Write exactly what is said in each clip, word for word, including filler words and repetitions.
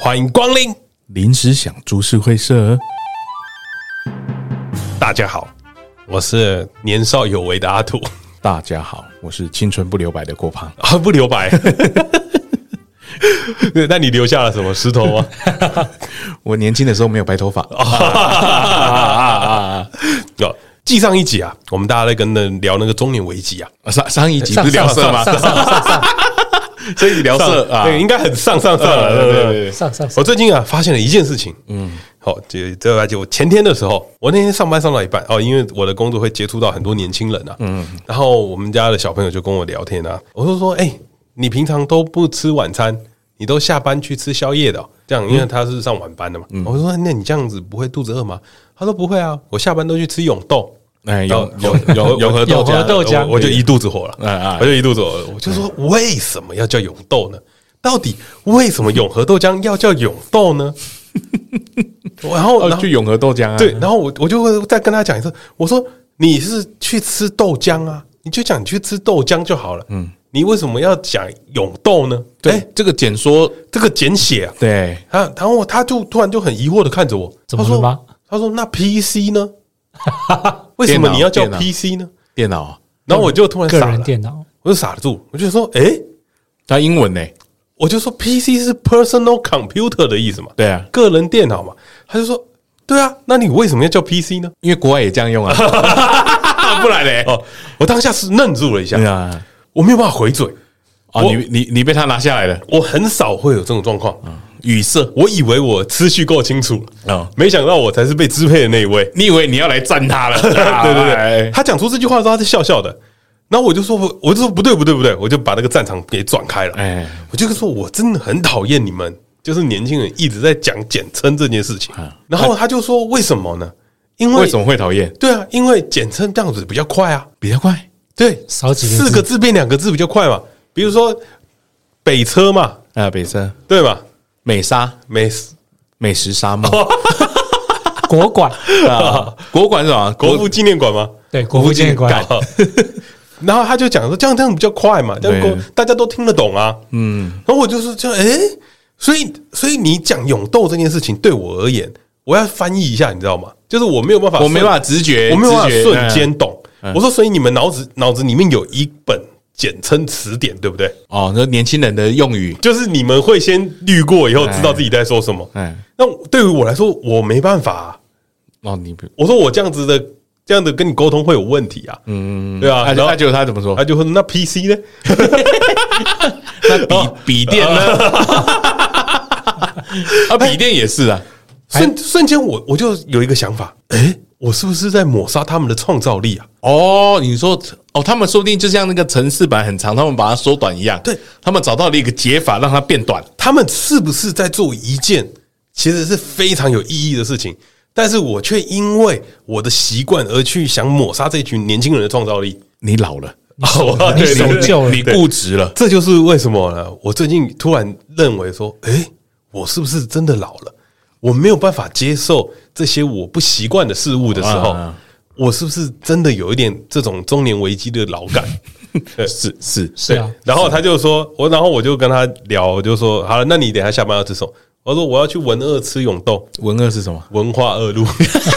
欢迎光临临时想株式会社。 大家好，我是年少有为的阿土。 大家好，我是青春不留白的郭胖。 啊，不留白。那你留下了什么石头吗？ 我年轻的时候没有白头发。 有继上一集啊，我们大家在跟人聊那个中年危机啊。 上上一集不是聊色吗？ 上上上上上， 这一集聊色啊， 对，应该很上上上了，对对对。 上上上我最近啊发现了一件事情，嗯，好，这这就前天的时候，我那天上班上到一半哦，因为我的工作会接触到很多年轻人啊，嗯，然后我们家的小朋友就跟我聊天啊，我就说，哎、欸，你平常都不吃晚餐，你都下班去吃宵夜的、哦，这样，因为他是上晚班的嘛，嗯、我说，那你这样子不会肚子饿吗？他说不会啊，我下班都去吃永豆。哎，永永永永和豆浆，豆浆，我就一肚子火了，我就一肚子火了。我就说，为什么要叫永豆呢？到底为什么永和豆浆要叫永豆呢？然后，然后去永和豆浆啊， 对，然后我我就会再跟他讲一次，我说你是去吃豆浆啊，你就讲你去吃豆浆就好了，嗯，你为什么要讲永豆呢？ 对，这个简说， 这个简写啊， 对， 他然后他就突然就很疑惑的看着我， 怎么了吗？ 他说那 P C 呢？为什么你要叫 P C 呢？ 电脑啊， 然后我就突然傻了， 个人电脑， 我就傻了住，我就说，哎、欸， 他英文呢、欸？ 我就说 P C 是 personal computer 的意思嘛， 对啊， 个人电脑嘛。他就说，对啊，那你为什么要叫 P C 呢？ 因为国外也这样用啊，不然嘞， 哦，我当下是愣住了一下， 啊、 我没有办法回嘴。 哦，你你你被他拿下来了， 我很少会有这种状况。嗯语塞， 我以为我思绪够清楚了、 哦， 没想到我才是被支配的那一位。 你以为你要来赞他了？ 对对对，他讲出这句话的时候，他是笑笑的。然后我就说，我就说不对不对不对，我就把那个战场给转开了。哎，我就说我真的很讨厌你们，就是年轻人一直在讲简称这件事情。然后他就说为什么呢？因为为什么会讨厌？ 对啊，因为简称这样子比较快啊， 比较快。 对， 少几个字四个字变两个字比较快嘛。比如说北车嘛， 啊，北车对嘛。 美沙美美食沙漠， 国馆啊，国馆是什么？ 国父纪念馆吗？ 对，国父纪念馆。 然后他就讲说，这样这样比较快嘛，这样大家都听得懂啊。嗯，然后我就说，这样，哎，所以所以你讲永豆这件事情，对我而言，我要翻译一下，你知道吗？就是我没有办法， 我没办法直觉， 我没有办法瞬间懂。我说，所以你们脑子脑子里面有一本简称词典，对不对？ 哦，那年轻人的用语， 就是你们会先滤过以后，知道自己在说什么。哎，那对于我来说，我没办法、啊。 哦，你我说我这样子的，这样的跟你沟通会有问题啊。嗯，对啊。 然后结果他怎么说？ 他就说那 P C 呢？ 那笔笔电呢？啊，笔电也是啊。 瞬瞬间，我我就有一个想法，哎、欸。我是不是在抹杀他们的创造力啊？ 哦，你说哦，他们说不定就像那个程式版很长，他们把它缩短一样。 对， 他们找到了一个解法，让它变短。 他们是不是在做一件其实是非常有意义的事情？但是我却因为我的习惯而去想抹杀这群年轻人的创造力。 你老了， 哦、 你守旧了， 你固执了。 这就是为什么呢？我最近突然认为说，哎、欸，我是不是真的老了？我没有办法接受这些我不习惯的事物的时候，啊、我是不是真的有一点这种中年危机的老感？ 是是是啊。 然后他就说，我然后我就跟他聊，我就说好了，那你等一下下班要吃什么？我说我要去文二吃永豆。 文二是什么？ 文化二路。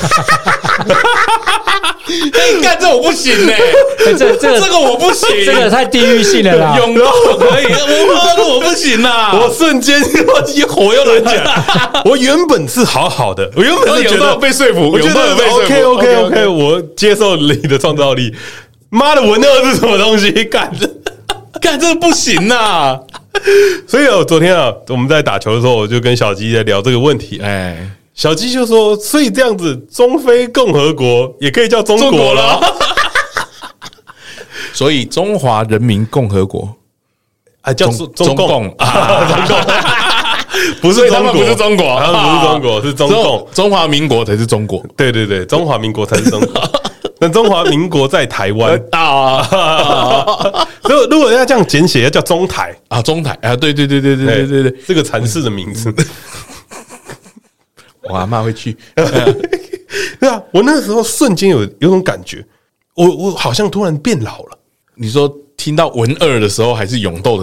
哎，干这我不行嘞、 欸！这这个这个我不行， 这个太地狱性了啦！ 永豆可以，文化二路我不行啦！ 我瞬间一火又来起来。我原本是好好的，我原本是觉得被说服， 我觉得 OK OK OK， 我接受你的创造力。妈的，文二是什么东西？干干这不行呐！ 所以啊，昨天啊，我们在打球的时候，我就跟小鸡在聊这个问题。哎。小鸡就说：“所以这样子，中非共和国也可以叫中国了。 所以中华人民共和国啊，叫中中共啊， 中共不是中国， 不是中国， 他们不是中国，是中共。 中华民国才是中国。 对对对，中华民国才是中国。那中华民国在台湾啊。所以如果要这样简写，要叫中台啊，中台啊，对对对对对对对对， 这个阐释的名字。” 我阿嬷会去， 对啊，我那个时候瞬间有有种感觉，我我好像突然变老了。 你说听到文二的时候，还是永豆的时候？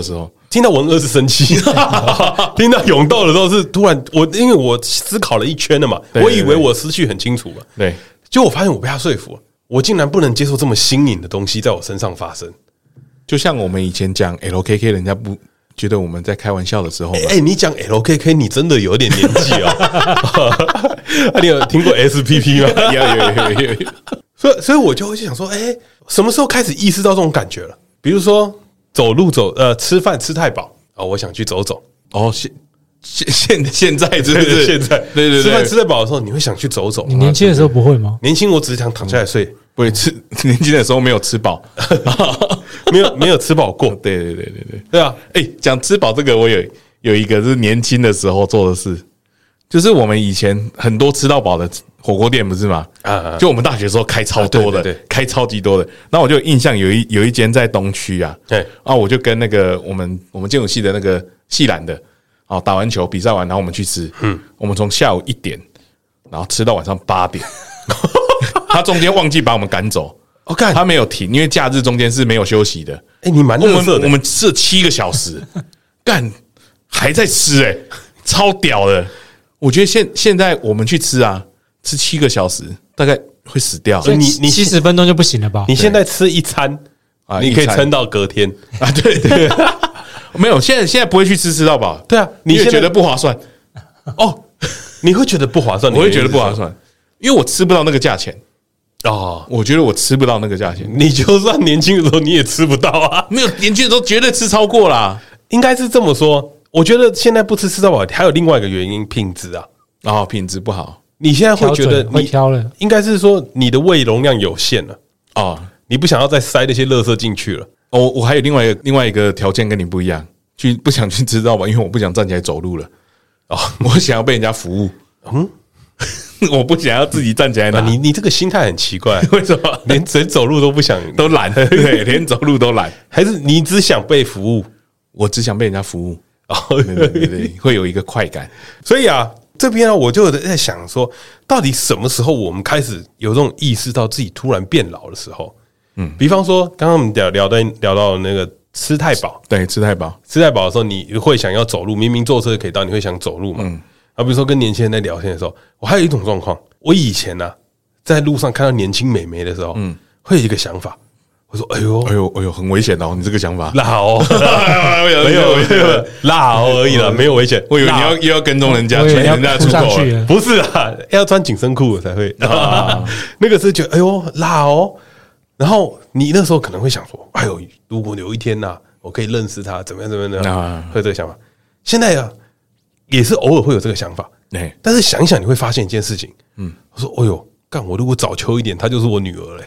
听到文二是生气，听到勇斗的时候是突然我因为我思考了一圈了嘛， 对对对我以为我思绪很清楚嘛， 对， 结果我发现我被他说服了，我竟然不能接受这么新颖的东西在我身上发生。 就像我们以前讲 L K K， 人家不觉得我们在开玩笑的时候， 哎、欸欸，你讲 L K K， 你真的有点年纪哦。啊、你有听过 S P P 吗？ 有有有有有。 所以，所以我就会想说，哎、欸，什么时候开始意识到这种感觉了？比如说走路走，呃，吃饭吃太饱啊、哦，我想去走走。 哦，现现现现在是不是？ 现在对对对， 吃饭吃太饱的时候，你会想去走走。 你年轻的时候不会吗？ 年轻我只是想躺下来睡， 不会吃。年轻的时候没有吃饱， 没有没有吃饱过。 对对对对对对啊， 哎，讲吃饱这个，我有有一个是年轻的时候做的事，就是我们以前很多吃到饱的火锅店不是吗？啊，就我们大学的时候开超多的， 啊、对对对开超级多的。那我就有印象有一有一间在东区啊， 对啊，我就跟那个我们我们建筑系的那个系篮的，啊，打完球比赛完，然后我们去吃，嗯，我们从下午一点，然后吃到晚上八点，他中间忘记把我们赶走。 我、哦、干， 他没有停，因为假日中间是没有休息的。 哎、欸，你蛮乐色的， 我们吃了七个小时，干还在吃、欸，哎，超屌的。我觉得现现在我们去吃啊，吃七个小时大概会死掉。 所以你你七十分钟就不行了吧？ 你现在吃一餐啊，你可以撑到隔天啊。对对，没有，现在现在不会去吃吃到饱。 对啊， 你也觉得不划算哦？你会觉得不划算？ 我会觉得不划算，因为我吃不到那个价钱。 哦， 我觉得我吃不到那个价钱。 你就算年轻的时候你也吃不到啊， 没有年轻的时候绝对吃超过啦。 应该是这么说，我觉得现在不吃吃到饱，还有另外一个原因，品质啊， 哦，品质不好。 你现在会觉得会挑了， 应该是说你的胃容量有限了哦， 你不想要再塞那些垃圾进去了。 哦，我还有另外一个另外一个条件跟你不一样，去不想去吃到饱，因为我不想站起来走路了。哦，我想要被人家服务。嗯。我不想要自己站起来拿， 啊、你你这个心态很奇怪， 为什么连连走路都不想， 都懒，对，连走路都懒， 还是你只想被服务？ 我只想被人家服务，哦，对对对对，会有一个快感。 所以啊，这边啊，我就在想说，到底什么时候我们开始有这种意识到自己突然变老的时候？嗯，比方说，刚刚我们聊聊到聊到那个吃太饱， 对，吃太饱， 吃太饱的时候，你会想要走路，明明坐车可以到，你会想走路嘛？嗯。啊，比如说跟年轻人在聊天的时候，我还有一种状况，我以前呢、啊，在路上看到年轻美眉的时候，嗯，会有一个想法，我说：“哎呦， 哎呦，哎呦，很危险哦！你这个想法， 辣哦，没有没有辣哦而已啦，没有危险。 我以为你要又要跟踪人家，穿人家出口， 不是啊，要穿紧身裤才会。啊、那个是觉得哎呦辣哦，然后你那时候可能会想说：哎呦，如果有一天呐、啊，我可以认识他，怎么样怎么样的，会有这个想法。现在啊。”也是偶尔会有这个想法，但是想一想你会发现一件事情，嗯，我说，哎呦，干我如果早秋一点，她就是我女儿嘞、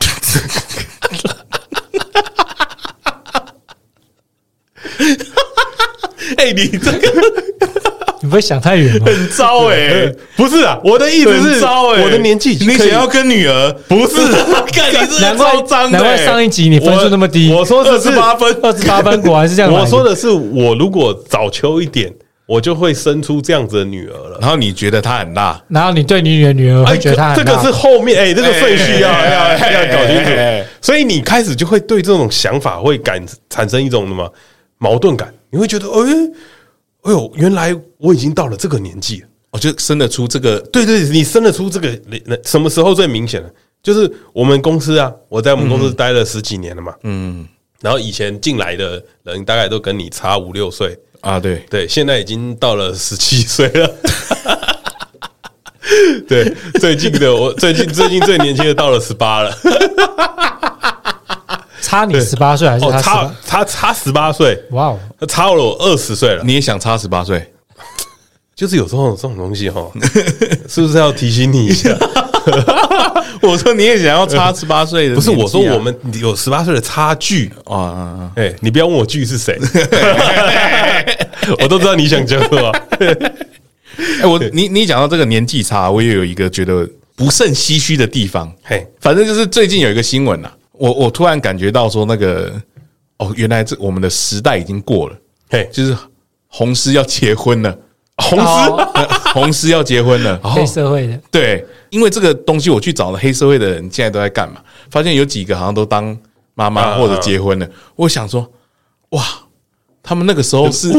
欸。哎，你这个你不会想太远吗？ 很糟哎、欸， 不是啊，我的意思是， 糟哎、欸， 我的年纪你想要跟女儿， 不是？ 干你这难怪难怪上一集你分数那么低， 我说的是二十八分， 二十八分果然是这样。 我说的是，我如果早秋一点。我就会生出这样子的女儿了， 然后你觉得她很辣， 然后你对你的女儿会觉得她很辣， 这个是后面哎，这个顺序要要要搞清楚，所以你开始就会对这种想法会感产生一种什么矛盾感，你会觉得哎哎呦，原来我已经到了这个年纪了， 我就生得出这个， 对对，你生得出这个什么时候最明显呢？就是我们公司啊，我在我们公司待了十几年了嘛，嗯，然后以前进来的人大概都跟你差五六岁。 啊，对对，现在已经到了十七岁了。对，最近的我最近最近最年轻的到了十八了。 差你十八岁还是他差差差十八岁？哇哦，差了我二十岁了。 你也想差十八岁？ 就是有这种这种东西哈，是不是要提醒你一下？ 我说你也想要差十八岁的、啊， 不是我说我们有十八岁的差距啊！哎，你不要问我距是谁，我都知道你想讲什么。 哎，我你你讲到这个年纪差，我也有一个觉得不胜唏嘘的地方。嘿，反正就是最近有一个新闻啊，我我突然感觉到说那个哦，原来这我们的时代已经过了。嘿，就是红丝要结婚了。红丝，红丝要结婚了， 黑社会的对，因为这个东西我去找了黑社会的人现在都在干嘛？发现有几个好像都当妈妈或者结婚了。我想说，哇， 他们那个时候是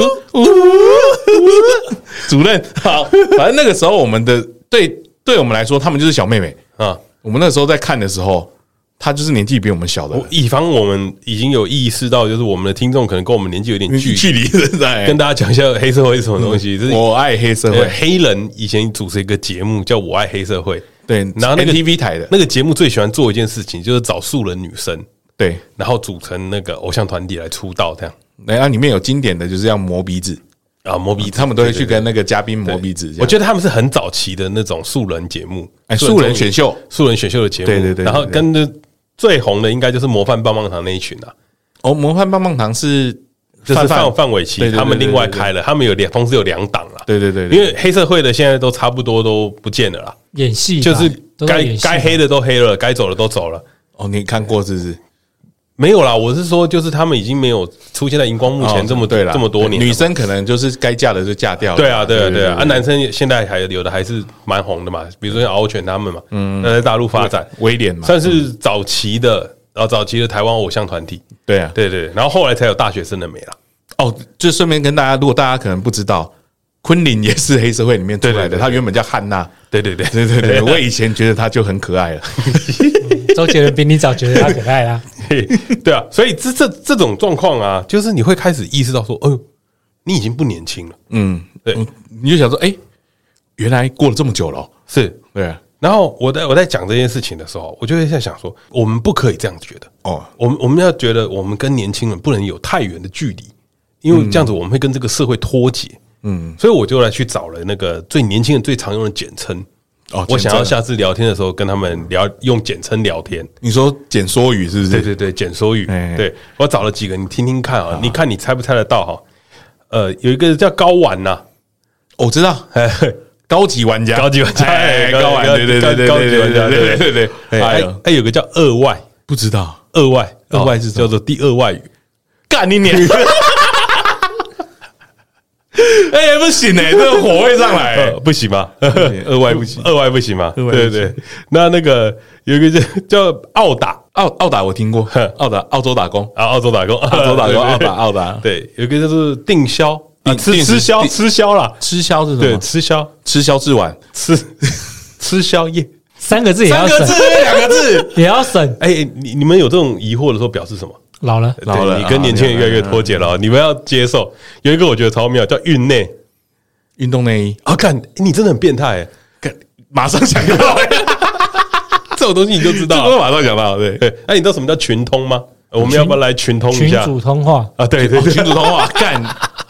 主任好，反正那个时候我们的对对我们来说，他们就是小妹妹啊。我们那时候在看的时候，她就是年纪比我们小的。 以防我们已经有意识到，就是我们的听众可能跟我们年纪有点距距离， 跟大家讲一下黑社会是什么东西。 嗯、我爱黑社会， 黑人以前主持一个节目叫《我爱黑社会》， 对，然后那个 T V 台的那个节目最喜欢做一件事情，就是找素人女生。 对， 然后组成那个偶像团体来出道，这样。 然后里面有经典的就是要磨鼻子啊，磨鼻子， 他们都会去跟那个嘉宾磨鼻子。 我觉得他们是很早期的那种素人节目， 哎，素人选秀， 素人选秀的节目。 对对对。 然后跟着最红的应该就是模范棒棒糖那一群啊。 哦，模范棒棒糖是就是范范玮琪他们另外开了，他们有两同时有两档了。 对对对， 因为黑社会的现在都差不多都不见了啦， 演戏就是该该黑的都黑了，该走的都走了。 哦，你看过是不是？ 没有啦，我是说，就是他们已经没有出现在荧光幕前这么对了这么多年。 女生可能就是该嫁的就嫁掉了。 对啊，对啊，对啊。啊，男生现在还有的还是蛮红的嘛，比如说像敖犬他们嘛，嗯，在大陆发展， 威廉嘛， 算是早期的，然后早期的台湾偶像团体。 对啊， 对对，然后后来才有大学生的美啦。 哦，就顺便跟大家，如果大家可能不知道，昆凌也是黑社会里面出来的，她原本叫汉娜。 对对对对对对，我以前觉得她就很可爱了。 周杰伦比你早觉得她可爱啦。 对啊，所以这这这种状况啊，就是你会开始意识到说，哦、呃，你已经不年轻了。嗯，对， 你就想说，哎、欸，原来过了这么久了、喔， 是对、啊。 然后我在我在讲这件事情的时候，我就会在想说，我们不可以这样觉得哦，我们我们要觉得我们跟年轻人不能有太远的距离，因为这样子我们会跟这个社会脱节。嗯，所以我就来去找了那个最年轻人最常用的简称。哦，我想要下次聊天的时候跟他们聊用简称聊天。 你说简缩语是不是？ 对对对，简缩语。对，我找了几个，你听听看啊，你看你猜不猜得到哈？呃，有一个叫高玩呐， 我知道，高级玩家， 高级玩家， 高玩，对对对对，高级玩家，对对对对。 还还有个叫二外， 不知道二外， 二外是叫做第二外语， 干你娘！哎、欸，不行哎、欸，这个火会上来、欸呃，不行吗？ 二外不行， 二外不行吗？对对对，那那个有一个叫叫澳打， 澳澳打我听过，澳打澳洲打工啊，澳洲打工， 澳洲打工，澳打澳打， 对，有一个就是定销啊， 吃吃宵吃宵啦， 吃宵是什么？ 对，吃宵吃宵之晚， 吃吃宵夜， 三个字也要省，三个字两个字也要省。 哎，你你们有这种疑惑的时候表示什么？ 老了， 老了，你跟年轻人越来越脱节了，你们要接受。有一个我觉得超妙，叫运内运动内衣啊，看你真的很变态， 看马上想到这种东西你就知道， 马上想到，对对。那你知道什么叫群通吗？我们要不要来群通一下？ 群主通话啊，对对， 群主通话，干，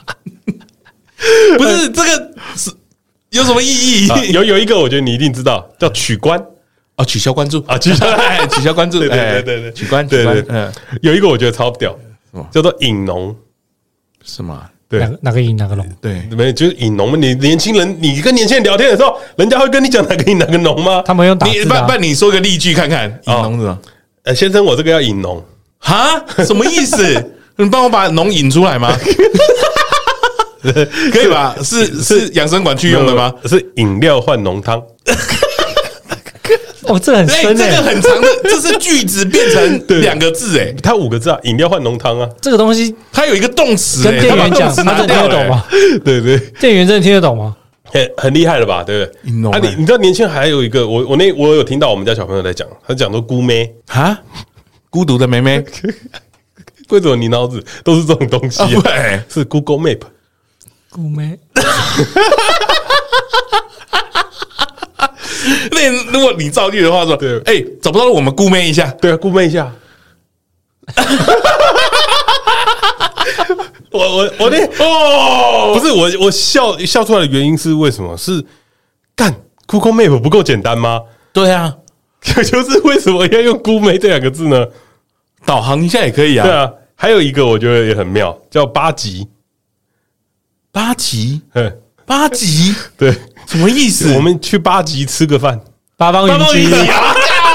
不是这个是有什么意义？ 有有一个我觉得你一定知道，叫取关。 啊！取消关注啊！取消取消关注， 对对对对， 取关对对。嗯，有一个我觉得超屌，叫做引农， 是吗？ 对， 哪个哪个引哪个农？ 对， 没有就是引农嘛。你年轻人，你跟年轻人聊天的时候，人家会跟你讲哪个引哪个农吗？ 他们用打字的。 不不，你说个例句看看。引农是吗？ 呃，先生，我这个要引农哈？什么意思？你帮我把农引出来吗？可以吧？是是养生馆去用的吗？ 是饮料换浓汤。 哦，这很深、欸， 这个很长的，这是句子变成两个字哎、欸， 它五个字啊，饮料换浓汤啊， 这个东西它有一个动词、 欸，跟店员讲，他真的听得懂吗？ 对对， 店员真的听得懂吗？ 很很厉害了吧？对不对？啊，你你知道年轻人还有一个，我我那我有听到我们家小朋友在讲，他讲说姑妹哈，孤独的妹妹， 为什么你脑子都是这种东西、啊？ 啊、 是 Google Map， 姑妹。 那如果你造句的话说，对，哎、欸，找不到了，我们估妹一下， 对啊，估妹一下。我我我那哦，不是我我笑笑出来的原因是为什么？是干 Google Map 不够简单吗？ 对啊， 就是为什么要用估妹这两个字呢？ 导航一下也可以啊。 对啊，还有一个我觉得也很妙，叫八级。 八级， 嗯， 八级， 对， 什么意思？ 我们去八级吃个饭。 八方云集啊！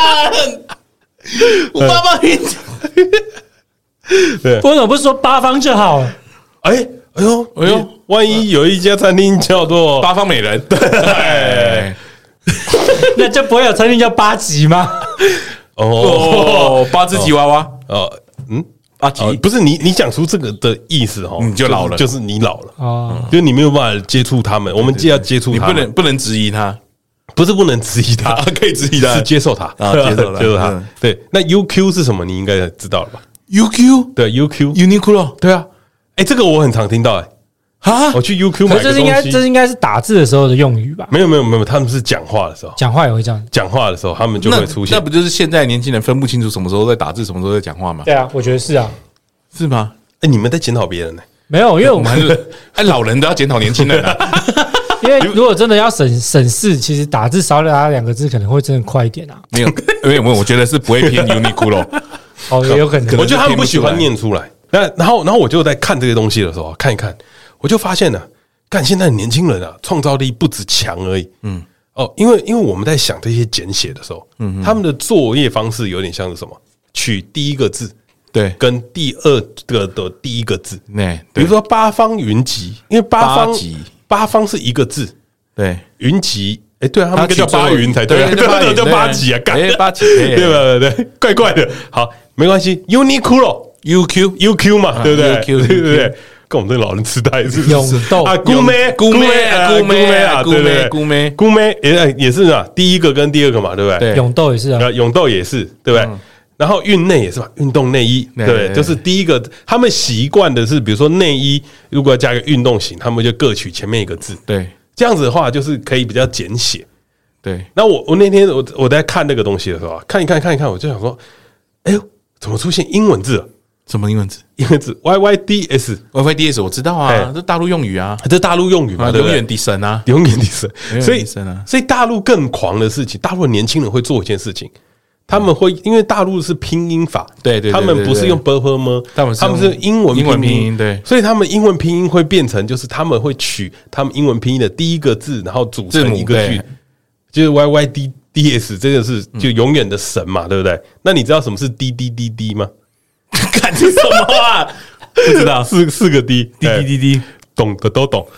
我八方云集， 对， 为什么不是说八方就好了？ 哎哎呦哎呦，万一有一家餐厅叫做八方美人，对， 那就不会有餐厅叫八吉吗？ 哦，八只吉娃娃， 哦，嗯， 阿吉、 呃、不是你，你讲出这个的意思哦， 你就老了， 就是、就是你老了哦， 就是你没有办法接触他们。我们既要接触他们， 你不能不能质疑他， 不是不能质疑他， 可以质疑他， 是接受他， 啊，接受他， 接受他。对，那 U Q 是什么？你应该知道了吧 ？U Q 对 U Q Uniqlo 对啊，哎，这个我很常听到哎。 啊， 我去 U Q 买个东西， 这是应该，这是应该是打字的时候的用语吧？ 没有没有没有，他们是讲话的时候， 讲话也会这样。 讲话的时候他们就会出现。 那不就是现在年轻人分不清楚什么时候在打字，什么时候在讲话吗？ 对啊，我觉得是啊， 是吗？ 哎，你们在检讨别人呢？ 没有，因为我们哎，老人都要检讨年轻人啊。 因为如果真的要省省事，其实打字少了它两个字，可能会真的快一点啊。 没有，没有，我觉得是不会偏 Uniqlo。 哦，也有可能。 我觉得他们不喜欢念出来。那然后然后我就在看这些东西的时候看一看，我就发现呢。干现在的年轻人啊，创造力不止强而已。嗯，哦，因为因为我们在想这些简写的时候，嗯，他们的作业方式有点像是什么？取第一个字， 对， 跟第二个的第一个字， 对， 比如说八方云集，因为八方八集八方是一个字， 对， 云集，哎，对啊，他们应该叫八云才对， 对， 叫八集啊，干八集， 对吧？对对，怪怪的。好，没关系 ，Uniqlo，U Q U Q 嘛，对不对？对对对。跟我们这个老人痴呆是永豆啊，姑妹姑妹啊，姑妹啊， 姑妹姑妹姑妹也也是啊，第一个跟第二个嘛，对不对？ 永豆也是啊， 永豆也是，对不对？然后运内也是嘛，运动内衣，对不对？就是第一个，他们习惯的是，比如说内衣如果要加个运动型，他们就各取前面一个字， 对， 这样子的话就是可以比较简写。 对， 那我我那天我我在看那个东西的时候啊，看一看看一看，我就想说，哎呦，怎么出现英文字了？ 什么英文字？ 英文字 Y Y D S，Y Y D S 我知道啊，这大陆用语啊， 这大陆用语嘛， 永远的神啊， 永远的神。所以啊， 所以大陆更狂的事情，大陆的年轻人会做一件事情，他们会因为大陆是拼音法， 对对， 他们不是用 b p m， 他们他们是英文英文拼音，对， 所以他们英文拼音会变成就是他们会取他们英文拼音的第一个字，然后组成一个句，就是 Y Y D D S， 这个是就永远的神嘛，对不对？那你知道什么是 D D D D 吗？ 看是什么啊？不知道， 四四个 D D D D D， 懂的都懂。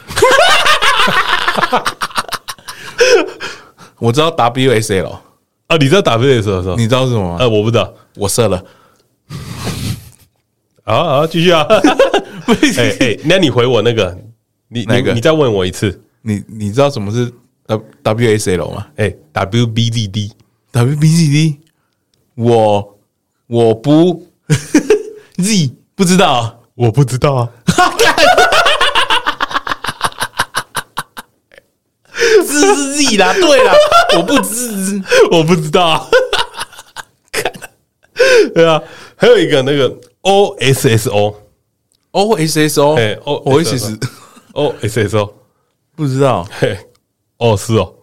我知道 W S L 啊，你知道 W S L 是吧？ 你知道是什么吗？ 呃，我不知道， 我射了。 好好，继续啊！哎哎，那你回我那个，你你你再问我一次， 你你知道什么是 W S L 吗？ 哎 ，W B Z D，W B Z D， 我我不 Z 不知道， 我不知道啊。 字是 Z 啦，对啦，我不知， 我不知道啊。对啊，还有一个那个 O S S O，O S S O， 哎 ，O S S O S S O， 不知道， 嘿，哦是哦，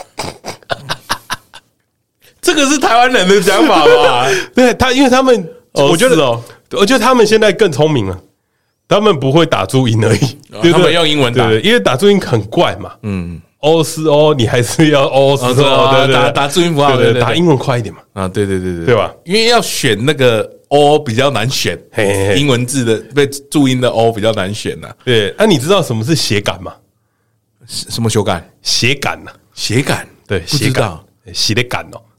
这个是台湾人的讲法吧？ 对他，因为他们，我觉得哦，我觉得他们现在更聪明了。他们不会打注音而已， 他们用英文打， 因为打注音很怪嘛。嗯，哦是哦，你还是要哦是哦，对对， 打打注音符号， 对对，打英文快一点嘛。 啊，对对对对， 对吧？ 因为要选那个 O 比较难选，英文字的被注音的 O 比较难选呐。 对，那你知道什么是写感吗？ 什么修改？ 写感呐， 写感， 对，写感，写的感哦。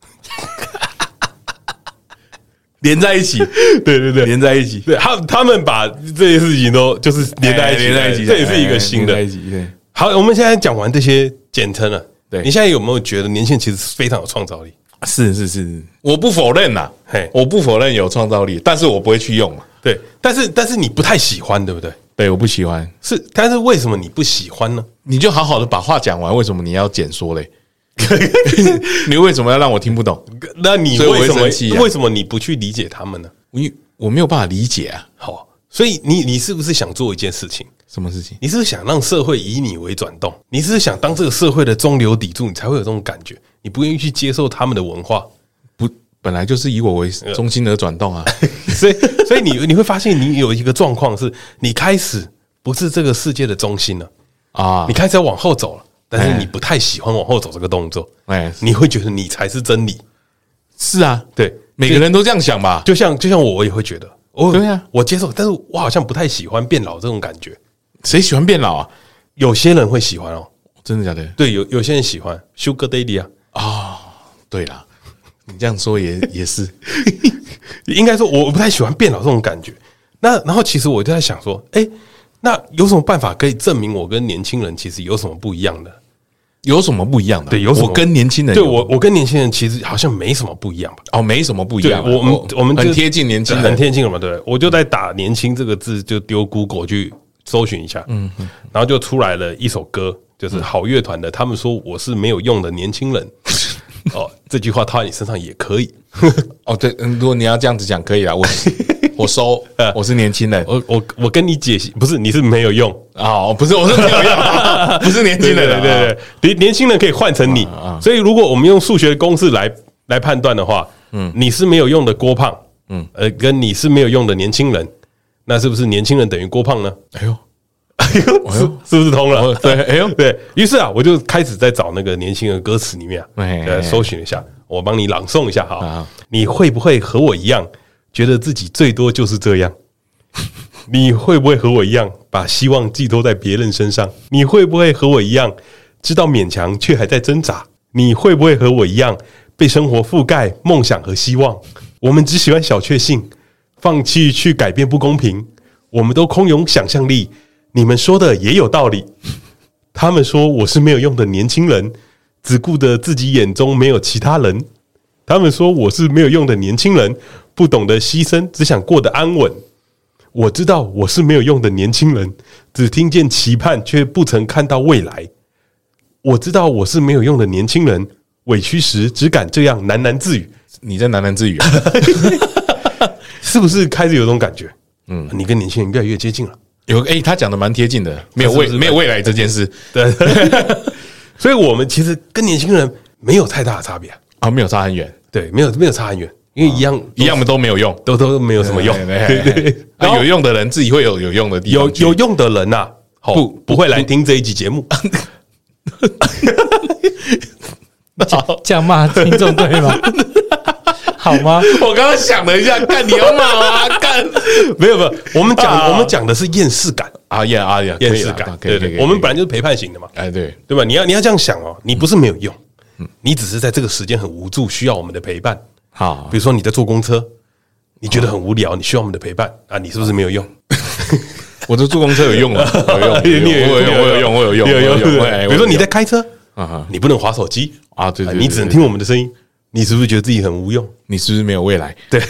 连在一起， 对对对， 连在一起， 对，他他们把这些事情都就是连在一起， 连在一起， 这也是一个新的。好，我们现在讲完这些简称了，对你现在有没有觉得年轻人其实非常有创造力？ 是是是，我不否认呐，嘿，我不否认有创造力，但是我不会去用嘛。 对，但是但是你不太喜欢，对不对？ 对，我不喜欢。 是，但是为什么你不喜欢呢？ 你就好好的把话讲完，为什么你要简说嘞？你为什么要让我听不懂？ 那你为什么为什么你不去理解他们呢？ 因为我没有办法理解啊。 好，所以你你是不是想做一件事情？ 什么事情？ 你是不是想让社会以你为转动？你是不是想当这个社会的中流砥柱？你才会有这种感觉。你不愿意去接受他们的文化， 不，本来就是以我为中心而转动啊。 所以，所以你你会发现，你有一个状况是，你开始不是这个世界的中心了啊，你开始要往后走了。但是你不太喜欢往后走这个动作，哎，你会觉得你才是真理。 是啊， 对， 每个人都这样想吧。 就像就像我也会觉得，哦， 对啊， 我接受，但是我好像不太喜欢变老这种感觉。 谁喜欢变老啊？ 有些人会喜欢哦， 真的假的？ 对，有有些人喜欢 Sugar Daddy 啊。 啊，对啦，你这样说也也是， 应该说我不太喜欢变老这种感觉。 那然后其实我就在想说，哎、欸，那有什么办法可以证明我跟年轻人其实有什么不一样的？ 有什么不一样的？ 对，有什么我跟年轻人对我我跟年轻人其实好像没什么不一样吧？ 哦，没什么不一样。 我们我们很贴近年轻人， 很贴近了嘛？对，我就在打“年轻”这个字，就丢 Google 去搜寻一下，嗯，然后就出来了一首歌，就是好乐团的，他们说我是没有用的年轻人。哦，这句话套在你身上也可以。 哦，对，如果你要这样子讲，可以啦，我我收，我是年轻人， 我我我跟你解析，不是你是没有用哦，不是我是没有用，不是年轻人， 对对对，年轻人可以换成你，所以如果我们用数学的公式来来判断的话，嗯，你是没有用的郭胖，嗯，呃，跟你是没有用的年轻人，那是不是年轻人等于郭胖呢？ 哎呦。 哎呦，是是不是通了？ 对，哎呦， 对于是啊，我就开始在找那个年轻人歌词里面啊，呃，搜寻一下，我帮你朗诵一下哈。你会不会和我一样，觉得自己最多就是这样？你会不会和我一样，把希望寄托在别人身上？你会不会和我一样，知道勉强却还在挣扎？你会不会和我一样，被生活覆盖梦想和希望？我们只喜欢小确幸，放弃去改变不公平。我们都空有想象力。你们说的也有道理，他们说我是没有用的年轻人，只顾得自己眼中没有其他人。他们说我是没有用的年轻人，不懂得牺牲，只想过得安稳。我知道我是没有用的年轻人，只听见期盼，却不曾看到未来。我知道我是没有用的年轻人，委屈时只敢这样喃喃自语。 你在喃喃自语、啊， 是不是开始有种感觉？嗯，你跟年轻人越来越接近了。 有哎、欸，他讲的蛮贴近的，没有未没有未来这件事， 对，所以我们其实跟年轻人没有太大的差别啊，没有差很远， 对，没有没有差很远，因为一样一样的都没有用， 都都没有什么用，对对对。 然后有用的人自己会有有用的地方， 有有用的人呐，不不会来听这一集节目， 这样骂听众对吗？好吗？ 我刚刚想了一下，干你要骂吗？干没有没有，我们讲我们讲的是厌世感啊厌啊厌厌世感，对对，我们本来就是陪伴型的嘛， 哎对对吧？你要你要这样想哦，你不是没有用，你只是在这个时间很无助，需要我们的陪伴。 好， 比如说你在坐公车，你觉得很无聊，你需要我们的陪伴啊，你是不是没有用？ 我这坐公车有用了，有用， 你有我有我有用，我有用， 有用。比如说你在开车啊，你不能滑手机啊，对对， 你只能听我们的声音。你是不是觉得自己很无用？ 你是不是没有未来？ 对，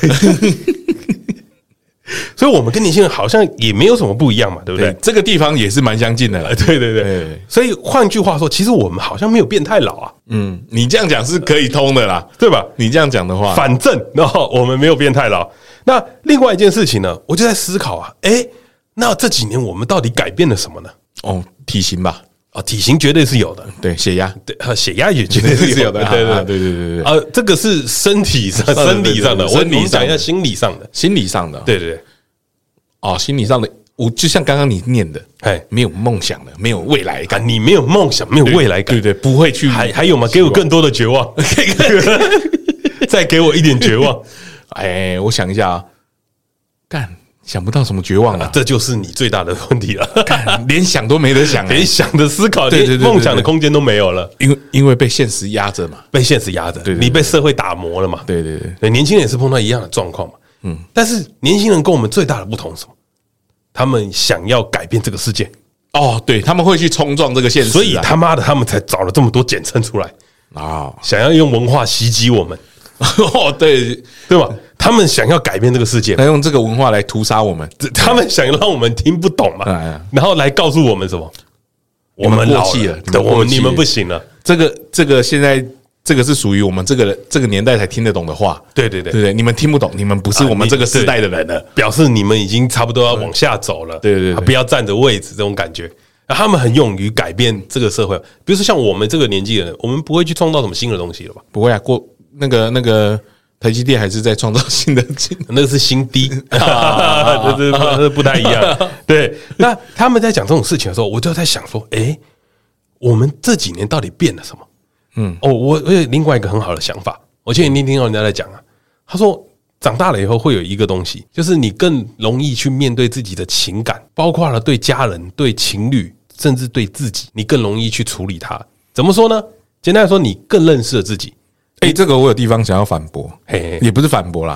所以我们跟年轻人好像也没有什么不一样嘛，对不对？ 这个地方也是蛮相近的了。 对对对，所以换句话说，其实我们好像没有变太老啊。 嗯，你这样讲是可以通的啦， 对吧？ 你这样讲的话， 反正然后我们没有变太老。那另外一件事情呢，我就在思考啊，哎，那这几年我们到底改变了什么呢？ 哦，体型吧。 啊，体型绝对是有的， 对，血压， 对，血压也绝对是有的， 对对对对对对， 呃，这个是身体上、生理上的，我我们讲一下心理上的， 心理上的， 对对对， 哦，心理上的，我就像刚刚你念的，哎，没有梦想的，没有未来感， 你没有梦想，没有未来感， 对对，不会去， 还还有吗？给我更多的绝望，再给我一点绝望， 哎，我想一下啊，干。想不到什么绝望了、啊， 这就是你最大的问题了。 连想都没得想、欸， 连想的思考、连梦想的空间都没有了。 因为因为被现实压着嘛， 被现实压着，对对对，你被社会打磨了嘛。 对对对， 对，年轻人也是碰到一样的状况嘛。嗯，但是年轻人跟我们最大的不同是什么？他们想要改变这个世界。 哦，对，他们会去冲撞这个现实、啊， 所以他妈的，他们才找了这么多简称出来啊、哦，想要用文化袭击我们。 哦，对对吧？他们想要改变这个世界， 来用这个文化来屠杀我们。 他们想让我们听不懂嘛，然后来告诉我们什么？我们过气了， 对，我们你们不行了。 这个这个现在这个是属于我们这个这个年代才听得懂的话。 对对对对对，你们听不懂，你们不是我们这个时代的人了， 表示你们已经差不多要往下走了。 对对对， 不要占着位置，这种感觉。他们很勇于改变这个社会，比如说像我们这个年纪的人，我们不会去创造什么新的东西了吧？ 不会啊，过那个那个。台积电还是在创造新的， 那个是新低，这这这不太一样。对，那他们在讲这种事情的时候，我就在想说，哎，我们这几年到底变了什么？嗯，哦，我我有另外一个很好的想法，我前几天听到人家在讲啊，他说长大了以后会有一个东西，就是你更容易去面对自己的情感，包括了对家人、对情侣，甚至对自己，你更容易去处理它。怎么说呢？简单来说，你更认识了自己。 哎、欸，这个我有地方想要反驳，嘿嘿，也不是反驳啦，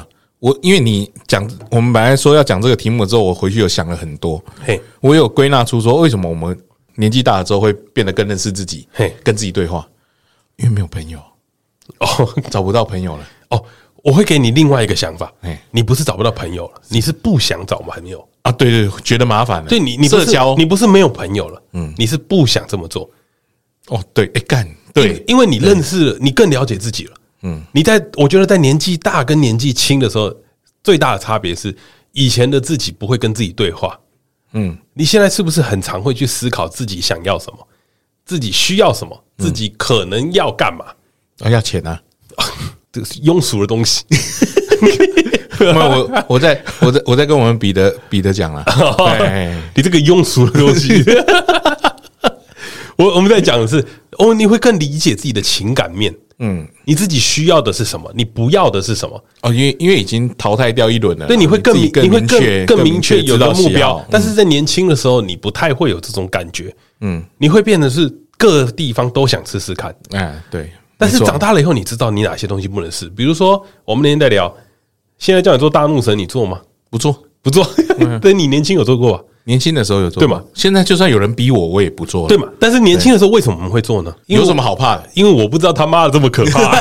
我因为你讲，我们本来说要讲这个题目之后，我回去有想了很多，嘿，我有归纳出说，为什么我们年纪大了之后会变得更认识自己，嘿，跟自己对话，因为没有朋友，哦，找不到朋友了， 哦，我会给你另外一个想法，你不是找不到朋友了，你是不想找朋友啊，对对，觉得麻烦了， 对你，你社交，你不是没有朋友了，嗯，你是不想这么做， 哦，对，哎干，对， 因为你认识了，你更了解自己了。嗯，你在我觉得在年纪大跟年纪轻的时候，最大的差别是以前的自己不会跟自己对话。嗯，你现在是不是很常会去思考自己想要什么，自己需要什么，自己可能要干嘛？ 啊，要钱啊， 这个是庸俗的东西。 我我在我在我在跟我们彼得彼得讲了， 你这个庸俗的东西。我我们在讲的是，哦，你会更理解自己的情感面。嗯，你自己需要的是什么？你不要的是什么？ 哦，因为因为已经淘汰掉一轮了， 对，你会更你会更更明确有个目标。但是在年轻的时候，你不太会有这种感觉。嗯，你会变得是各地方都想试试看。 哎，对。 但是长大了以后，你知道你哪些东西不能试。比如说，我们那天在聊，现在叫你做大怒神，你做吗？ 不做， 不做。但你年轻有做过吧？ 年轻的时候有做， 对嘛？ 现在就算有人逼我，我也不做了， 对嘛？但是年轻的时候为什么我们会做呢？ 有什么好怕的？ 因为我不知道他妈的这么可怕。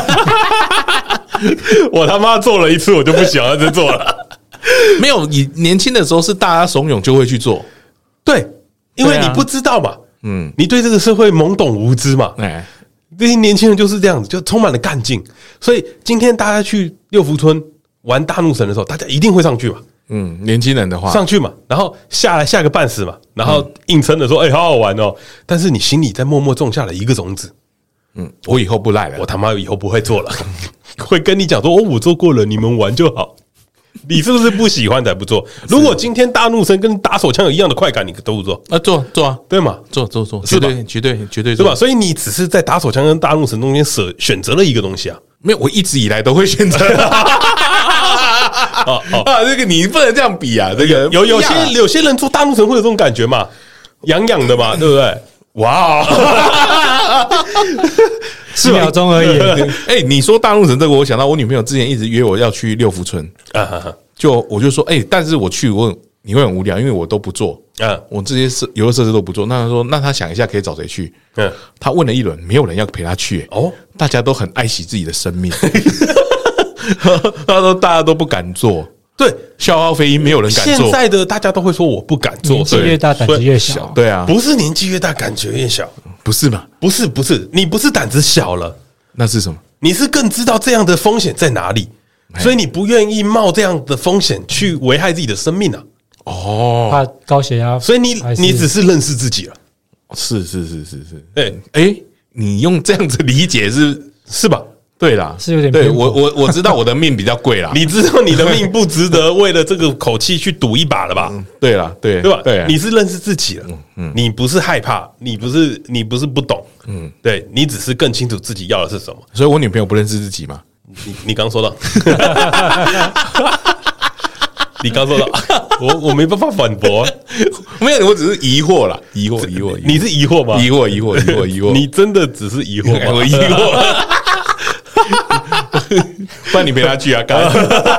我他妈做了一次，我就不想要再做了。 没有，你年轻的时候是大家怂恿就会去做， 对，因为你不知道嘛，嗯，你对这个社会懵懂无知嘛，哎，这些年轻人就是这样子，就充满了干劲。所以今天大家去六福村玩大怒神的时候，大家一定会上去嘛。 嗯，年轻人的话上去嘛，然后下来下个半死嘛，然后硬撑的说：“哎、欸，好好玩哦。”但是你心里在默默种下了一个种子。 嗯，我以后不赖了， 我他妈以后不会做了，会跟你讲说：“哦，我做过了，你们玩就好。”你是不是不喜欢才不做？如果今天大怒神跟打手枪有一样的快感，你都不做啊？做做啊， 对吗？ 做做做， 是吧？ 绝对绝对是吧？所以你只是在打手枪跟大怒神中间舍选择了一个东西啊。 没有，我一直以来都会选择。哦哦啊，这个你不能这样比啊！这个有有些有些人做大怒神会有这种感觉嘛，痒痒的嘛，对不对？哇， 四秒钟而已。 哎，你说大怒神这个，我想到我女朋友之前一直约我要去六福村啊，就我就说，哎，但是我去我你会很无聊，因为我都不做啊，我这些设游乐设施都不做。那他说，那他想一下可以找谁去？嗯，他问了一轮，没有人要陪他去。哦，大家都很爱惜自己的生命。他说大家都不敢做， 对， 消耗飞鹰没有人敢做。 现在的大家都会说我不敢做， 年纪越大胆子越小。 对啊， 不是年纪越大感觉越小， 不是吗？ 不是不是，你不是胆子小了， 那是什么？ 你是更知道这样的风险在哪里，所以你不愿意冒这样的风险去危害自己的生命啊。 哦，怕高血压， 所以你你只是认识自己了。 是是是是是，对，哎，你用这样子理解是是吧？对啦， 是有点对我我我知道我的命比较贵啦， 你知道你的命不值得为了这个口气去赌一把了吧？ 嗯、对啦，对对吧？ 对， 你是认识自己了，嗯嗯，你不是害怕，你不是你不是不懂，嗯，对你只是更清楚自己要的是什么。 所以我女朋友不认识自己嘛？ 你你刚说到，你刚说到，我我没办法反驳， 没有，我只是疑惑啦，疑惑疑惑， 你是疑惑吗？ 疑惑疑惑疑惑疑惑， 你真的只是疑惑吗？ 我疑惑。不然你陪他去啊？干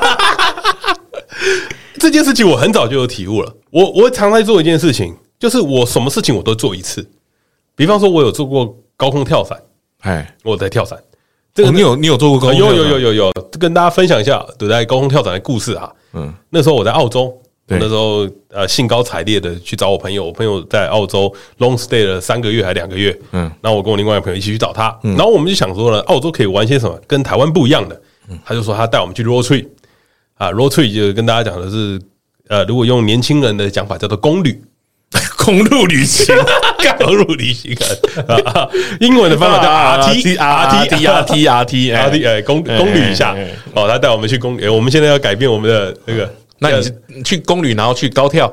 这件事情我很早就有体悟了。我我常在做一件事情，就是我什么事情我都做一次。比方说，我有做过高空跳伞，哎，我在跳伞。 这个你有你有做过高空跳伞？ 有有有有有，跟大家分享一下对在高空跳伞的故事啊。嗯，那时候我在澳洲，那时候呃兴高采烈的去找我朋友，我朋友在澳洲 long stay 了三个月还两个月。嗯，然后我跟我另外一个朋友一起去找他，然后我们就想说呢，澳洲可以玩些什么跟台湾不一样的。他就说他带我们去 road trip 啊 ，road trip 就跟大家讲的是，呃，如果用年轻人的讲法叫做公旅， 公路旅行， 公路旅行啊，英文的方法叫 R T R T R T R T R T， 哎，公公旅一下哦，他带我们去公，我们现在要改变我们的那个， 那你去公旅，然后去高跳，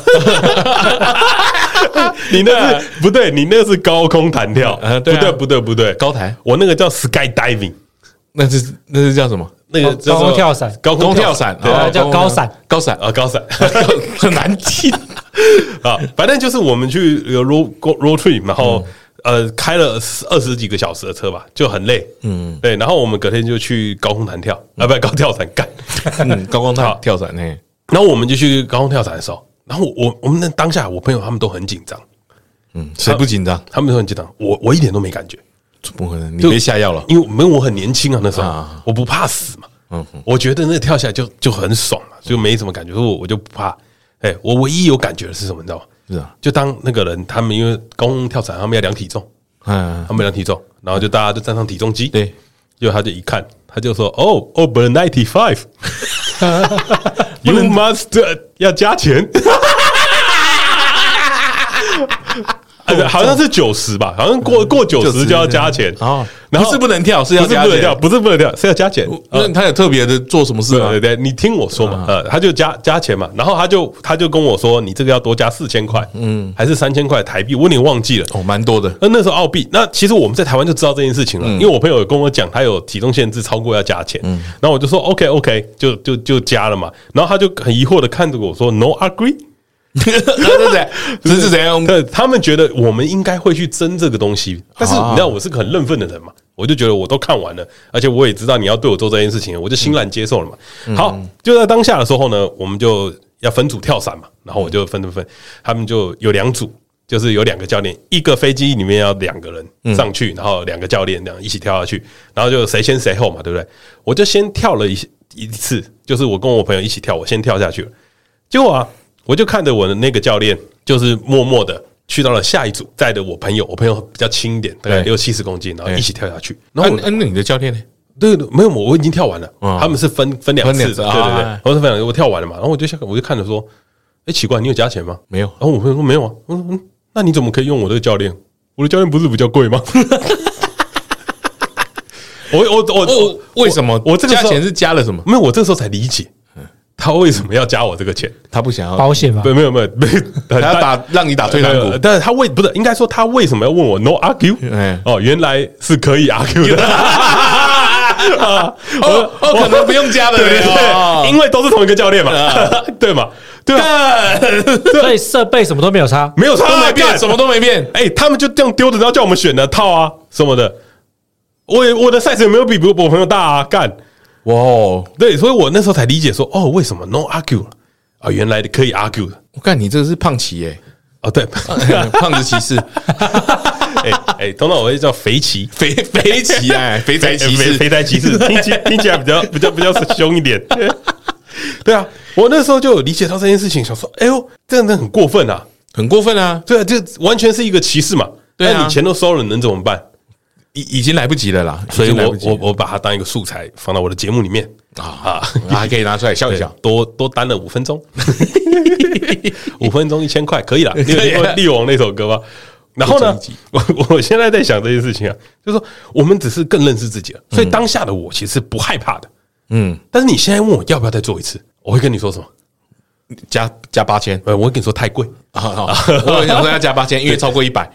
你那是不对，你那是高空弹跳，不对不对不对， 高弹， 我那个叫 sky diving。 那是那是叫什么？ 那个高空跳伞， 高空跳伞， 对，叫高伞， 高伞啊，高伞很难听啊。反正就是我们去有 road road trip，然后呃开了二十几个小时的车吧，就很累。嗯，对。然后我们隔天就去高空弹跳啊，不是高跳伞干， 嗯，高空跳跳伞嘿。 然后我们就去高空跳伞的时候，然后我我们那当下我朋友他们都很紧张。 嗯，谁不紧张？ 他们都很紧张，我我一点都没感觉。 怎么可能？你被下药了？ 因为没有我很年轻啊，那时候、啊、我不怕死嘛。嗯，我觉得那跳下来就就很爽嘛，就没什么感觉，所以我我就不怕。哎、欸，我唯一有感觉的是什么，你知道吗？ 是啊， 就当那个人他们因为高空跳伞，他们要量体重，嗯，他们量体重，然后就大家就站上体重机， 对， 结果他就一看，他就说：“哦哦 ，but ninety five， you must 要加钱。”好像是九十吧，好像过过九十就要加钱哦。然后不是不能跳，是要加钱， 不是不能跳，不是不能跳，是要加钱。 那他有特别的做什么事吗？ 对对对，你听我说嘛，呃，他就加加钱嘛，然后他就他就跟我说，你这个要多加四千块，嗯，还是三千块台币，我有点忘记了。 哦，蛮多的。 那那时候澳币，那其实我们在台湾就知道这件事情了，因为我朋友有跟我讲，他有体重限制，超过要加钱。嗯，然后我就说 OK OK， 就就就加了嘛。然后他就很疑惑的看着我说 No agree。 对对对，这是怎样？ 对，他们觉得我们应该会去争这个东西，但是你知道我是个很认份的人嘛，我就觉得我都看完了，而且我也知道你要对我做这件事情，我就欣然接受了嘛。好，就在当下的时候呢，我们就要分组跳伞嘛，然后我就分分分，他们就有两组，就是有两个教练，一个飞机里面要两个人上去，然后两个教练这样一起跳下去，然后就谁先谁后嘛，对不对？我就先跳了一一次，就是我跟我朋友一起跳，我先跳下去了，结果啊。我就看着我的那个教练，就是默默的去到了下一组，载着我朋友，我朋友比较轻一点，大概六七十公斤，然后一起跳下去。然后， 那你的教练呢？ 对，没有，我已经跳完了。他们是分分两次，对对对，我是分两，我跳完了嘛。然后我就我就看着说，哎，奇怪，你有加钱吗？ 没有。 然后我朋友说没有啊。嗯嗯，那你怎么可以用我这个教练？我的教练不是比较贵吗？我我我为什么？ 我这个加钱是加了什么？ 没有，我这时候才理解。他为什么要加我这个钱？ 他不想要保险吗？ 对，没有没有没有， 他要打让你打退堂鼓。 但是他为不是应该说他为什么要问我 no argue？ 哦，原来是可以 argue 的。 哦哦，可能不用加的，对对，因为都是同一个教练嘛，对嘛？对啊， 所以设备什么都没有差， 没有差都没变，什么都没变。 哎，他们就这样丢着，然后叫我们选的套啊什么的。我我的 size 有没有比我朋友大啊？干！ 哇哦， 对，所以我那时候才理解说，哦，为什么 no argue 啊？原来可以 argue 的。 我看你这个是胖骑耶， 哦，对， 胖子骑士。 哎哎，通常我会叫肥骑， 肥肥骑哎，肥宅骑士， 肥宅骑士，听起听起来比较比较比较凶一点。对啊，我那时候就有理解到这件事情，想说，哎呦，这样子很过分啊， 很过分啊。 对啊，这完全是一个歧视嘛。对啊，你钱都收了，能怎么办？ 已已经来不及了啦， 所以我我我把它当一个素材放到我的节目里面啊啊，还可以拿出来笑一笑， 多多担了五分钟，五分钟一千块可以了。你有听过力王那首歌吗？然后呢，我我现在在想这件事情啊，就是说我们只是更认识自己了，所以当下的我其实不害怕的，嗯。但是你现在问我要不要再做一次，我会跟你说什么？ 加加八千， 呃，我会跟你说太贵啊，我想说要加八千，因为超过一百。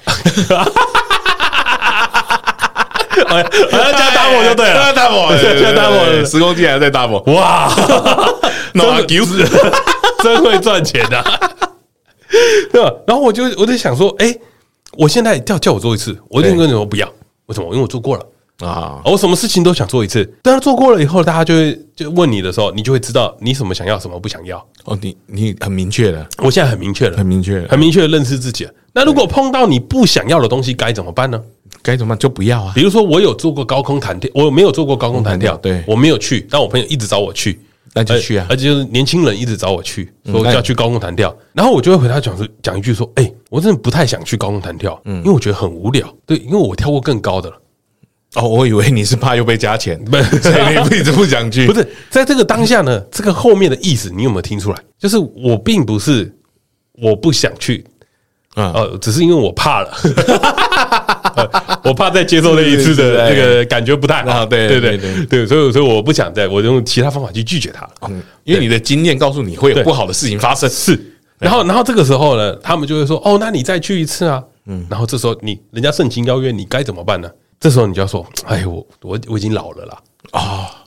好像加 double 就对了， 加 double， 加 double， 十公斤还在 double， 哇，真真会赚钱的，对吧？然后我就我就想说，哎，我现在叫叫我做一次，我一定跟你说不要，为什么？因为我做过了啊，我什么事情都想做一次，但是做过了以后，大家就会就问你的时候，你就会知道你什么想要，什么不想要。 哦，你你很明确了， 我现在很明确了， 很明确， 很明确的认识自己了。那如果碰到你不想要的东西，该怎么办呢？ 该怎么办就不要啊。 比如说，我有做过高空弹跳，我没有做过高空弹跳， 对我没有去，但我朋友一直找我去， 那就去啊。 而且就是年轻人一直找我去，说要去高空弹跳，然后我就会回他讲说讲一句说，哎，我真的不太想去高空弹跳，因为我觉得很无聊。对，因为我跳过更高的了。 哦，我以为你是怕又被加钱，所以你一直不想去。 不是，在这个当下呢，这个后面的意思你有没有听出来？就是我并不是我不想去。呃，只是因为我怕了，我怕再接受那一次的那个感觉不太好，对对对对对，所以所以我不想再，我用其他方法去拒绝他了， 嗯，因为你的经验告诉你会有不好的事情发生， 是，然后然后这个时候呢，他们就会说，哦，那你再去一次啊，嗯，然后这时候你人家盛情邀约，你该怎么办呢？这时候你就要说，哎，我我我已经老了啦，啊。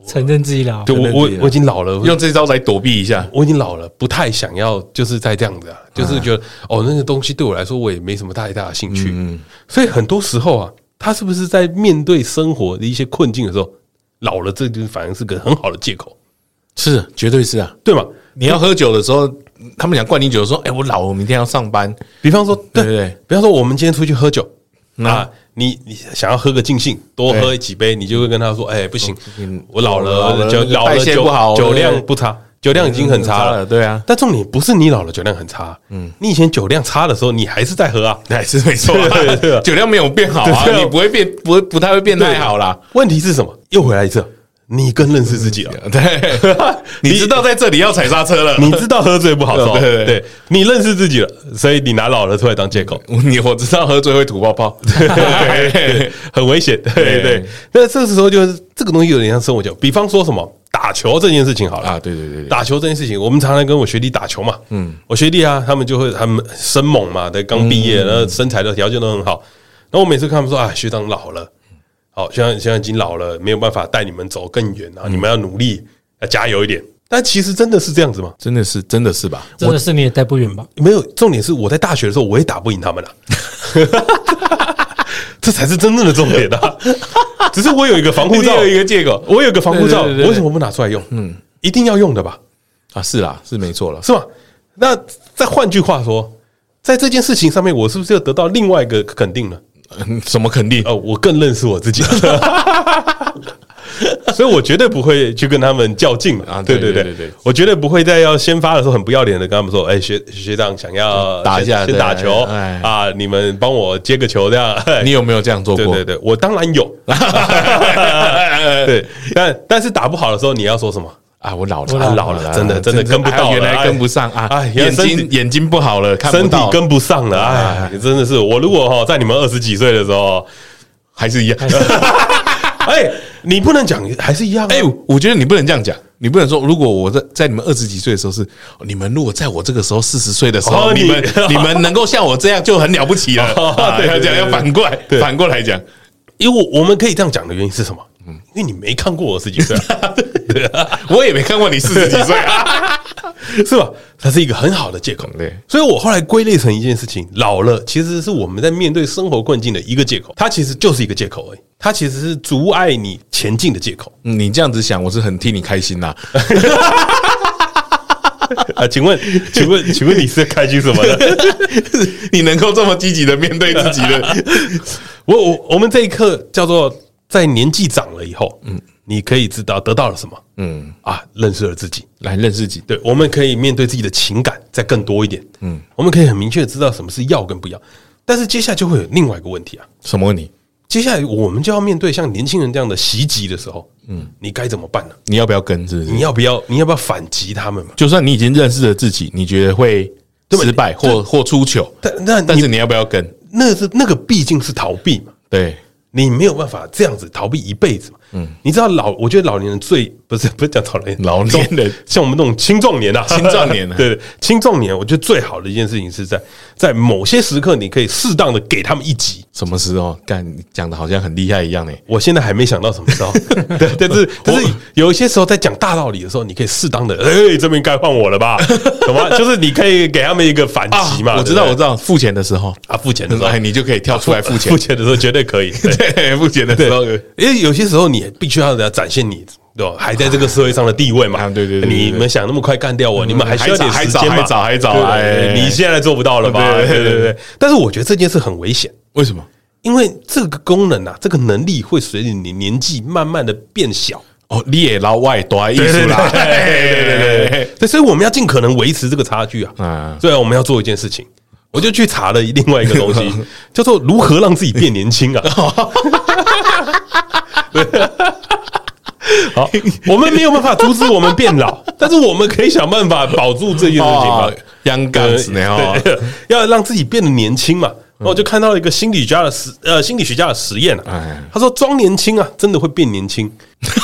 承认自己老， 对我我我已经老了， 用这招来躲避一下。 我已经老了，不太想要就是在这样子啊，就是觉得哦，那个东西对我来说我也没什么太大的兴趣。嗯，所以很多时候啊，他是不是在面对生活的一些困境的时候，老了，这就反而是个很好的借口。 是，绝对是啊， 对吗？ 你要喝酒的时候，他们想灌你酒，说：“哎，我老了，我明天要上班。” 比方说，对对对， 比方说我们今天出去喝酒。啊，你你想要喝个尽兴，多喝几杯，你就会跟他说：“哎，不行，我老了，就老了，酒酒量不差，酒量已经很差了。” 对啊， 但重点不是你老了酒量很差，嗯，你以前酒量差的时候，你还是在喝啊， 还是没错，酒量没有变好啊，你不会变，不不太会变太好啦。 问题是什么？又回来一次。你更认识自己了， 对，你知道在这里要踩刹车了， 你知道喝醉不好受，对对，你认识自己了，所以你拿老了出来当借口。 你我知道喝醉会吐泡泡， 很危险，对对。那这时候就是这个东西有点像生活教，比方说什么打球这件事情好了啊，对对对， 打球这件事情，我们常常跟我学弟打球嘛，嗯，我学弟啊，他们就会他们生猛嘛，对，刚毕业，然后身材的条件都很好，然后我每次看他们说啊，学长老了。好，现在现在已经老了，没有办法带你们走更远啊！你们要努力，要加油一点。但其实真的是这样子吗？ 真的是，真的是吧？ 真的是你也带不远吧？ 没有，重点是我在大学的时候，我也打不赢他们啊！这才是真正的重点啊！只是我有一个防护罩， 有一个借口， 我有一个防护罩，我为什么不拿出来用？嗯，一定要用的吧？ 啊，是啦，是没错了， 是吧？那再换句话说，在这件事情上面，我是不是要得到另外一个肯定呢？ 什么肯定？ 哦，我更认识我自己，所以我绝对不会去跟他们较劲嘛。啊，对对对对，我绝对不会在要先发的时候很不要脸的跟他们说：“哎，学学长想要打一下， 先打球啊，你们帮我接个球这样。” 你有没有这样做过？ 对对对，我当然有。对，但但是打不好的时候，你要说什么？ 啊，我老了， 我老了，真的真的跟不到了， 原来跟不上啊！眼睛眼睛不好了，看不到， 身体跟不上了，哎，真的是我如果哈在你们二十几岁的时候还是一样，哎，你不能讲还是一样， 哎，我觉得你不能这样讲，你不能说如果我在在你们二十几岁的时候是你们，如果在我这个时候四十岁的时候，你们你们能够像我这样就很了不起了，对，要讲要反过来反过来讲， 因为我我们可以这样讲的原因是什么？嗯，因为你没看过我十几岁， 对啊，我也没看过你四十几岁啊， 是吧？它是一个很好的借口，对。所以我后来归类成一件事情：老了其实是我们在面对生活困境的一个借口，它其实就是一个借口而已，它其实是阻碍你前进的借口。 嗯，你这样子想，我是很替你开心呐。 啊，请问，请问，请问你是开心什么呢？ 你能够这么积极的面对自己的， 我我我们这一刻叫做。在年纪长了以后，嗯，你可以知道得到了什么，嗯啊，认识了自己， 来认识自己。 对，我们可以面对自己的情感再更多一点，嗯，我们可以很明确的知道什么是要跟不要。但是接下来就会有另外一个问题啊， 什么问题？ 接下来我们就要面对像年轻人这样的袭击的时候，嗯，你该怎么办呢？ 你要不要跟？是不是？ 你要不要？你要不要反击他们嘛？ 就算你已经认识了自己，你觉得会失败或或出糗，但那但是你要不要跟？ 那是那个毕竟是逃避嘛， 对。 你没有办法这样子逃避一辈子嘛？嗯，你知道老，我觉得老年人最不是不是讲老年老年人， 像我们这种青壮年啊， 青壮年啊， 对青壮年，我觉得最好的一件事情是在在某些时刻，你可以适当的给他们一击。 什么时候？干，你讲的好像很厉害一样呢。 我现在还没想到什么时候，对，但是但是有一些时候在讲大道理的时候，你可以适当的，哎，这边该换我了吧？懂吗？就是你可以给他们一个反击嘛。 我知道，我知道，付钱的时候啊，付钱的时候， 你就可以跳出来付钱。 付钱的时候绝对可以， 对，付钱的时候， 因为有些时候你必须要展现你。对吧？还在这个社会上的地位嘛？ 对对对， 你们想那么快干掉我，你们还需要点时间嘛？ 还早还早， 哎，你现在做不到了吧？对对对。但是我觉得这件事很危险， 为什么？ 因为这个功能啊，这个能力会随着你年纪慢慢的变小。 哦，你也老外多艺术啦， 对对对对。所以我们要尽可能维持这个差距啊。所以我们要做一件事情，我就去查了另外一个东西，叫做如何让自己变年轻啊。好，我们没有办法阻止我们变老，但是我们可以想办法保住这件事情嘛。 阳刚呢， 要让自己变得年轻嘛。然后我就看到了一个心理学家的实呃心理学家的实验啊，他说装年轻啊，真的会变年轻。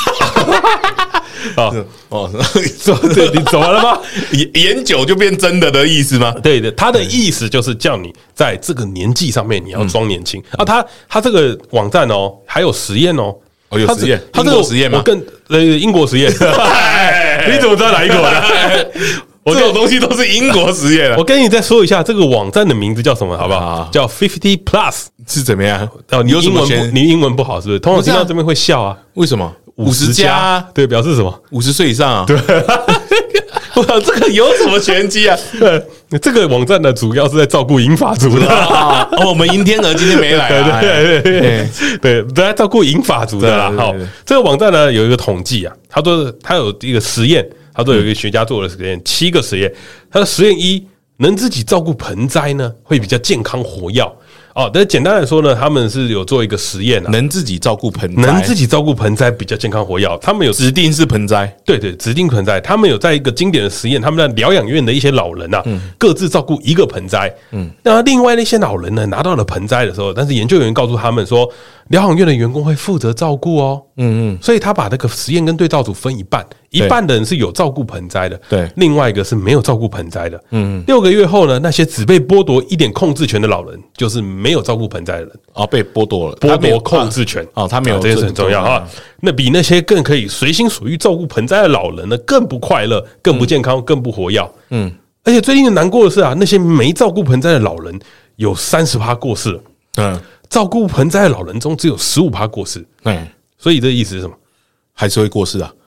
啊哦，对，你怎么了吗？ 演久就变真的的意思吗？ 对的，他的意思就是叫你在这个年纪上面你要装年轻啊。他他这个网站哦，还有实验哦。 哦，有实验， 他英国实验吗？ 我更呃英国实验，你怎么知道哪一国的？ 我这种东西都是英国实验的。 我跟你再说一下这个网站的名字叫什么，好不好？叫 Fifty Plus 是怎么样？ 哦，你英文不，你英文不好是不是？通常听到这边会笑啊？ 为什么？五十加对，表示什么？ 五十岁以上啊？ 对， 我操，这个有什么玄机啊？ 这个网站呢，主要是在照顾银发族的。 哦，我们银天鹅今天没来啊。 对对对对，都在照顾银发族的啦。好，这个网站呢有一个统计啊，他说他有一个实验。他说有一个学家做的实验，七个实验。他的实验一，能自己照顾盆栽呢，会比较健康活跃。哦，但是简单来说呢，他们是有做一个实验啊， 能自己照顾盆栽， 能自己照顾盆栽比较健康活跃。他们有指定是盆栽， 对对，指定盆栽。他们有在一个经典的实验，他们在疗养院的一些老人啊，嗯、各自照顾一个盆栽。嗯，那另外那些老人呢，拿到了盆栽的时候，但是研究员告诉他们说，疗养院的员工会负责照顾哦。嗯嗯，所以他把那个实验跟对照组分一半，一半的人是有照顾盆栽的， 对， 另外一个是没有照顾盆栽的。嗯，六个月后呢，那些只被剥夺一点控制权的老人，就是没有照顾盆栽的人， 哦，被剥夺了， 剥夺控制权。 哦，他没有， 这件事很重要啊。那比那些更可以随心所欲照顾盆栽的老人呢，更不快乐，更不健康，更不活跃。嗯，而且最令人难过的是啊，那些没照顾盆栽的老人有三十趴过世了。嗯，照顾盆栽的老人中只有十五趴过世。嗯，所以这意思是什么？ 还是会过世啊？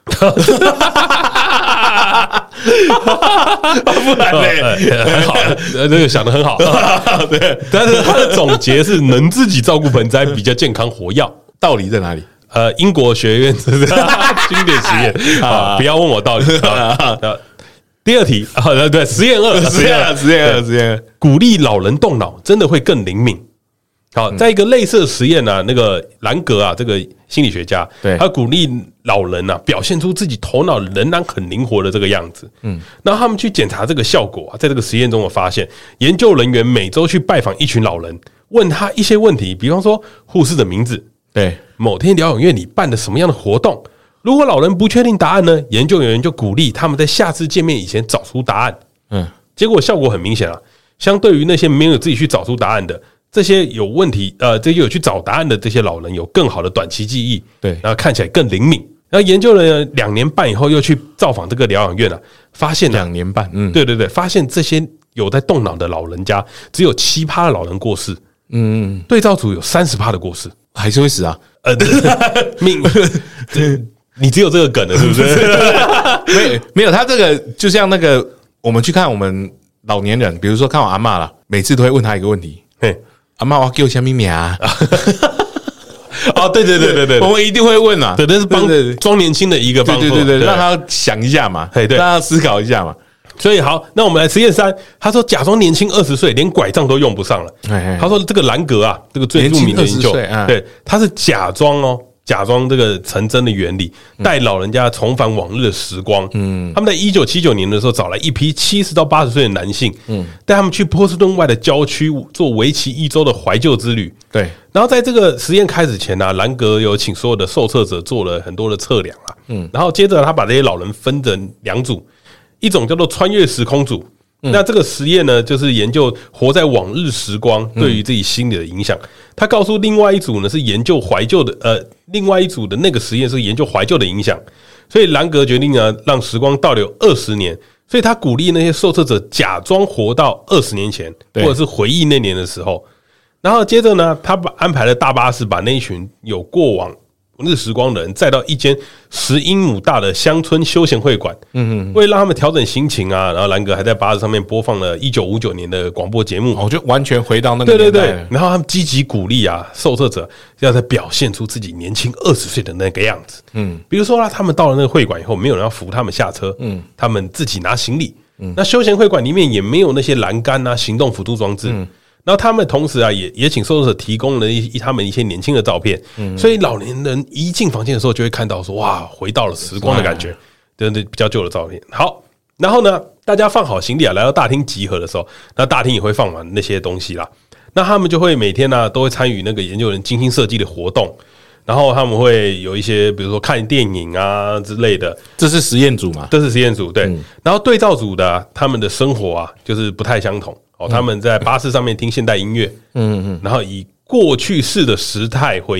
不然呢？很好，这个想得很好。对，但是他的总结是能自己照顾盆栽比较健康活跃， 道理在哪里？ 呃，英国学院经典实验啊，不要问我道理。第二题啊，对，实验二， 实验二，实验二，实验二， 鼓励老人动脑，真的会更灵敏。好，在一个类似的实验呢、啊，那个兰格啊，这个心理学家， 对， 他鼓励老人啊，表现出自己头脑仍然很灵活的这个样子。嗯，那他们去检查这个效果啊，在这个实验中，我发现研究人员每周去拜访一群老人，问他一些问题，比方说护士的名字， 对， 某天疗养院里办的什么样的活动。如果老人不确定答案呢，研究人员就鼓励他们在下次见面以前找出答案。嗯，结果效果很明显啊，相对于那些没有自己去找出答案的。这些有问题，呃，这些有去找答案的这些老人有更好的短期记忆， 对， 然后看起来更灵敏。然后研究人员两年半以后又去造访这个疗养院啊，发现两年半，嗯， 对对对，发现这些有在动脑的老人家只有七趴的老人过世，嗯，对照组有三十趴的过世， 还是会死啊？ 呃，命，你只有这个梗了，是不是？ 没没有，他这个就像那个我们去看我们老年人，比如说看我阿嬷啦，每次都会问他一个问题，嘿。阿嬷，我叫什么名啊？ 哦，对对对对对， 我们一定会问啊， 对，这是帮装年轻的一个方法， 对对对对，让他想一下嘛，对，让他思考一下嘛。 所以好，那我们来实验三，他说假装年轻二十岁，连拐杖都用不上了。他说这个兰格啊，这个最著名的研究，对，他是假装哦。假装这个成真的原理，带老人家重返往日的时光。嗯，他们在一九七九年的时候找来一批七十到八十岁的男性，嗯，带他们去波士顿外的郊区做为期一周的怀旧之旅。 对， 然后在这个实验开始前呢、啊，兰格有请所有的受测者做了很多的测量啊，嗯，然后接着他把这些老人分成两组，一种叫做穿越时空组。那这个实验呢，就是研究活在往日时光对于自己心理的影响。他告诉另外一组呢，是研究怀旧的，呃，另外一组的那个实验是研究怀旧的影响。所以兰格决定呢，让时光倒流二十年。所以他鼓励那些受测者假装活到二十年前，或者是回忆那年的时候。然后接着呢，他把安排了大巴士，把那一群有过往日时光的人载到一间十英亩大的乡村休闲会馆，嗯，为了让他们调整心情啊，然后兰格还在巴士上面播放了一九五九年的广播节目， 哦，就完全回到那个年代。 对对对，然后他们积极鼓励啊，受测者要再表现出自己年轻二十岁的那个样子，嗯，比如说啦，他们到了那个会馆以后，没有人要扶他们下车，嗯，他们自己拿行李，嗯，那休闲会馆里面也没有那些栏杆啊、行动辅助装置，嗯。然后他们同时啊，也也请受测者提供了一他们一些年轻的照片，嗯，所以老年人一进房间的时候就会看到说，哇，回到了时光的感觉，对对，比较旧的照片。好，然后呢，大家放好行李啊，来到大厅集合的时候，那大厅也会放完那些东西啦。那他们就会每天呢、啊、都会参与那个研究人精心设计的活动，然后他们会有一些比如说看电影啊之类的。 这是实验组嘛？ 这是实验组，对。嗯、然后对照组的、啊、他们的生活啊，就是不太相同。哦，他们在巴士上面听现代音乐，嗯嗯，然后以过去式的时态回忆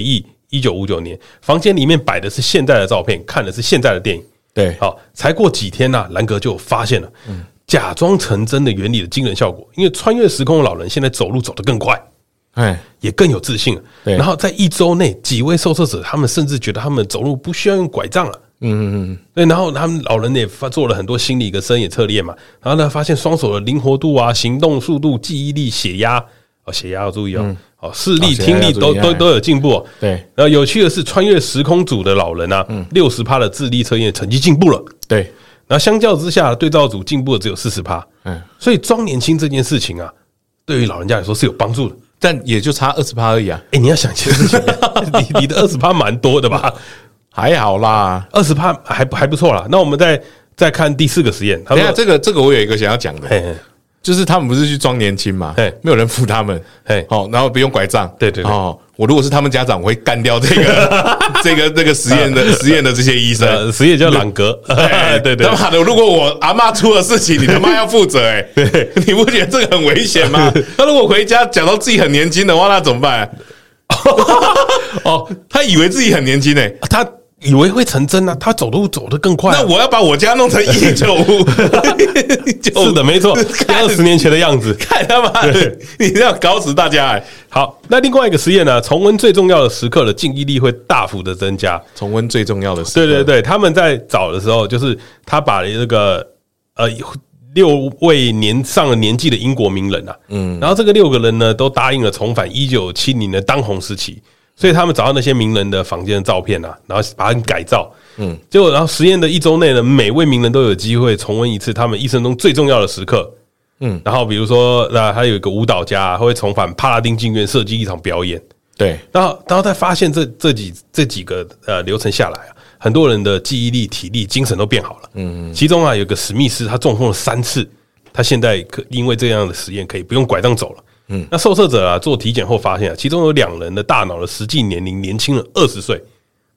一九五九年，房间里面摆的是现在的照片，看的是现在的电影。 对， 好，才过几天呢、啊，兰格就发现了假装成真的原理的惊人效果。因为穿越时空的老人现在走路走得更快，哎，也更有自信了。然后在一周内，几位受测者他们甚至觉得他们走路不需要用拐杖了。嗯嗯嗯，对，然后他们老人也做了很多心理跟身体测验嘛，然后呢，发现双手的灵活度啊、行动速度、记忆力、血压，哦，血压要注意哦。嗯哦，视力、听力都都都有进步、哦。 对， 然后有趣的是，穿越时空组的老人啊，六十趴的智力测验成绩进步了。 对， 然后相较之下，对照组进步的只有四十趴。嗯，所以装年轻这件事情啊，对于老人家来说是有帮助的， 但也就差二十趴而已啊。 哎、欸，你要想一件事情，你你的二十趴蛮多的吧？ 还好啦， 二十趴还还不错啦。那我们再再看第四个实验。 等一下，这个这个我有一个想要讲的。嘿嘿，就是他们不是去装年轻嘛？没有人扶他们，好，然后不用拐杖。 对对对， 哦，我如果是他们家长，我会干掉这个这个这个实验的实验的这些医生。 实验叫朗格， 对对对。他妈的，如果我阿嬷出了事情，你他妈要负责哎、欸！你不觉得这个很危险吗？他如果回家讲到自己很年轻的话，那怎么办、啊？哦，他以为自己很年轻哎、欸， 他。以为会成真啊，他走路走得更快、啊。 那我要把我家弄成一九五， 是的，没错，二十年前的样子。 看他妈的，你这样搞死大家、欸。 好，那另外一个实验呢？重温最重要的时刻的记忆力会大幅的增加。 重温最重要的时刻， 对对对，他们在找的时候，就是他把这个呃六位年上了年纪的英国名人啊，嗯，然后这个六个人呢，都答应了重返一九七零的当红时期。所以他们找到那些名人的房间的照片啊，然后把它改造，嗯，结果然后实验的一周内呢，每位名人都有机会重温一次他们一生中最重要的时刻，嗯，然后比如说，那还有一个舞蹈家、啊、会重返帕拉丁竞院设计一场表演， 对， 然后然后再发现这这几这几个呃流程下来啊，很多人的记忆力、体力、精神都变好了，嗯，其中啊有个史密斯，他中风了三次，他现在可因为这样的实验可以不用拐杖走了。嗯，那受测者啊做体检后发现啊，其中有两人的大脑的实际年龄年轻了二十岁。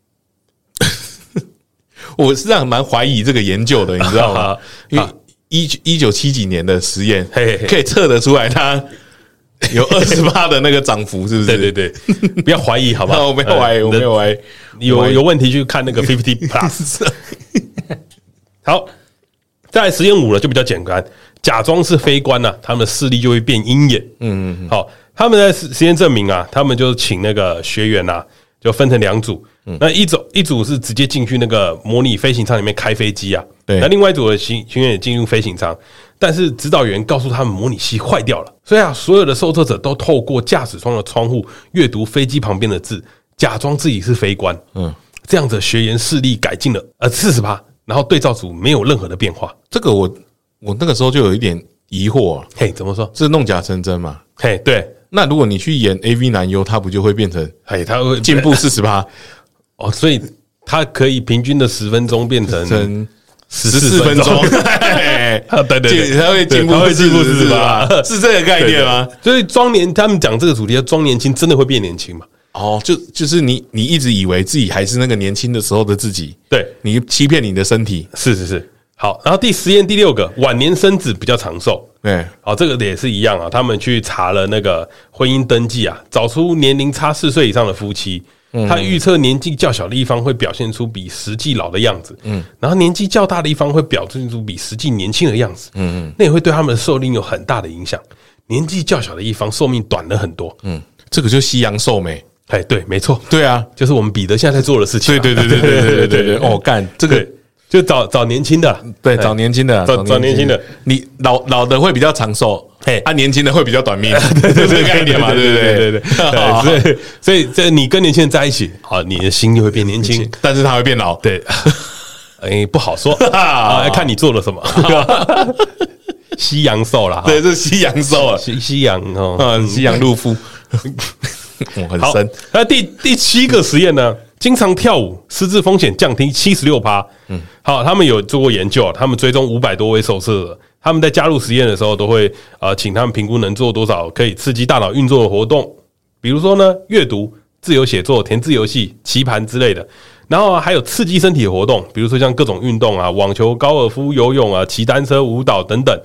我实际上蛮怀疑这个研究的，你知道吗？因为一一九七几年的实验，可以测得出来他有二十八的那个涨幅，是不是？ 对对对，不要怀疑，好不好？ 我没有怀疑，我没有怀疑， 有有问题去看那个 fifty plus。好，再来实验五了，就比较简单。假装是非官啊，他们的视力就会变鹰眼。嗯嗯，好，他们在实验证明啊，他们就请那个学员啊，就分成两组。嗯、那一组一组是直接进去那个模拟飞行舱里面开飞机啊，对。那另外一组的学员也进入飞行舱，但是指导员告诉他们模拟器坏掉了，所以啊，所有的受测者都透过驾驶舱的窗户阅读飞机旁边的字，假装自己是飞官。嗯，这样子学员视力改进了呃四十趴，然后对照组没有任何的变化。 这个我。我那个时候就有一点疑惑、啊， 嘿，怎么说？ 是弄假成真嘛？ 嘿，对。 那如果你去演 A V 男优，他不就会变成， 嘿，他会进步四十趴哦，所以他可以平均的十分钟变成十四分钟， 对对对， 他会进步，他会进步四十趴，是这个概念吗？ 所以装年，他们讲这个主题，装年轻真的会变年轻嘛？ 哦，就就是你你一直以为自己还是那个年轻的时候的自己， 对， 你欺骗你的身体， 是是是。好，然后第实验第六个，晚年生子比较长寿。对，好，这个也是一样啊。他们去查了那个婚姻登记啊，找出年龄差四岁以上的夫妻，他预测年纪较小的一方会表现出比实际老的样子，嗯，然后年纪较大的一方会表现出比实际年轻的样子，嗯嗯，那也会对他们的寿命有很大的影响。年纪较小的一方寿命短了很多，嗯， 这个就西洋寿美。 哎，对，没错， 对啊， 就是我们彼得现在在做的事情。 对对对对对对对对，哦，干这个。 就找找年轻的， 对，找年轻的， 找找年轻的。 你老老的会比较长寿，哎，啊，年轻的会比较短命，对对，这个概念嘛，对对对对对。 所以所以这你跟年轻人在一起，好，你的心就会变年轻， 但是他会变老， 对，哎，不好说啊，要看你做了什么。西洋寿啦， 对，这是西洋寿啊， 西西洋哦，西洋路夫，很深。 那第第七个实验呢？经常跳舞，失智风险降低七十六趴。嗯，好，他们有做过研究，他们追踪五百多位受测者，他们在加入实验的时候，都会呃请他们评估能做多少可以刺激大脑运作的活动，比如说呢，阅读、自由写作、填字游戏、棋盘之类的。然后还有刺激身体的活动，比如说像各种运动啊，网球、高尔夫、游泳啊、骑单车、舞蹈等等。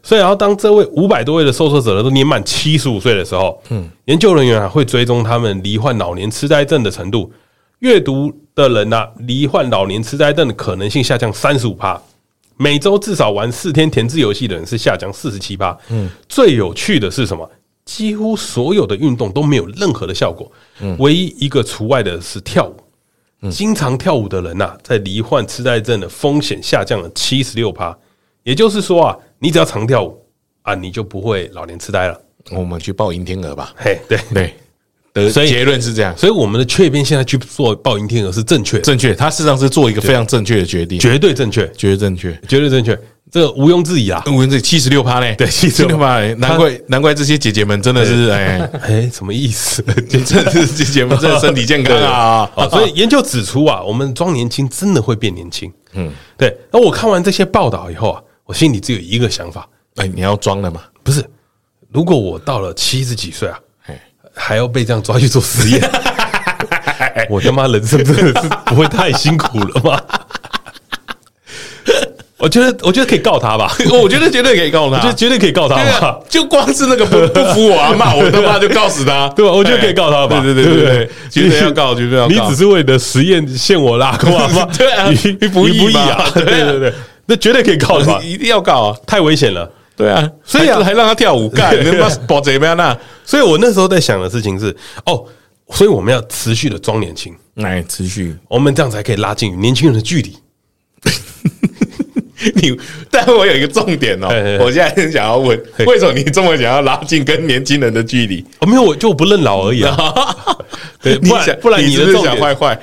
所以，然后当这位五百多位的受测者都年满七十五岁的时候，嗯，研究人员啊会追踪他们罹患老年痴呆症的程度。阅读的人啊，罹患老年痴呆症的可能性下降 百分之三十五， 每周至少玩四天填字游戏的人是下降 百分之四十七。嗯，最有趣的是什么？几乎所有的运动都没有任何的效果，嗯，唯一一个除外的是跳舞。嗯，经常跳舞的人呐、啊，在罹患痴呆症的风险下降了 百分之七十六。也就是说啊，你只要常跳舞啊，你就不会老年痴呆了。 我们去报银天鹅吧。 嘿，对对。的结论是这样， 所以我们的雀边现在去做报银天鹅是正确的， 正确，他事实上是做一个非常正确的决定， 绝对正确， 绝对正确， 绝对正确，这个毋庸置疑啊， 毋庸置疑，七十六趴呢， 对，七十六趴， 难怪难怪这些姐姐们真的是哎哎，什么意思？ 真的是姐姐们真的身体健康啊！ 所以研究指出啊，我们装年轻真的会变年轻，嗯，对。那我看完这些报道以后啊，我心里只有一个想法， 哎，你要装了吗？ 不是，如果我到了七十几岁啊。还要被这样抓去做实验，我他妈人生真的是不会太辛苦了吗？我觉得，我觉得可以告他吧。 我觉得绝对可以告他， 我觉得绝对可以告他吧。 就光是那个不不服我啊，骂我他妈就告死他， 对吧？我觉得可以告他吧。 对对对对对，绝对要告，绝对要告。 你只是为了实验陷我拉钩啊？ 对啊， 于不义啊！对对对，那绝对可以告的吧？ 一定要告啊！ 太危险了。 对啊， 所以啊， 还让他跳舞干，你他妈保怎么样呢？ 所以我那时候在想的事情是，哦，所以我们要持续的装年轻， 哎，持续， 我们这样才可以拉近与年轻人的距离。 你，但我有一个重点哦，我现在很想要问，为什么你这么想要拉近跟年轻人的距离？ 哦，没有，我就我不认老而已啊。对，不然不然你的想坏坏，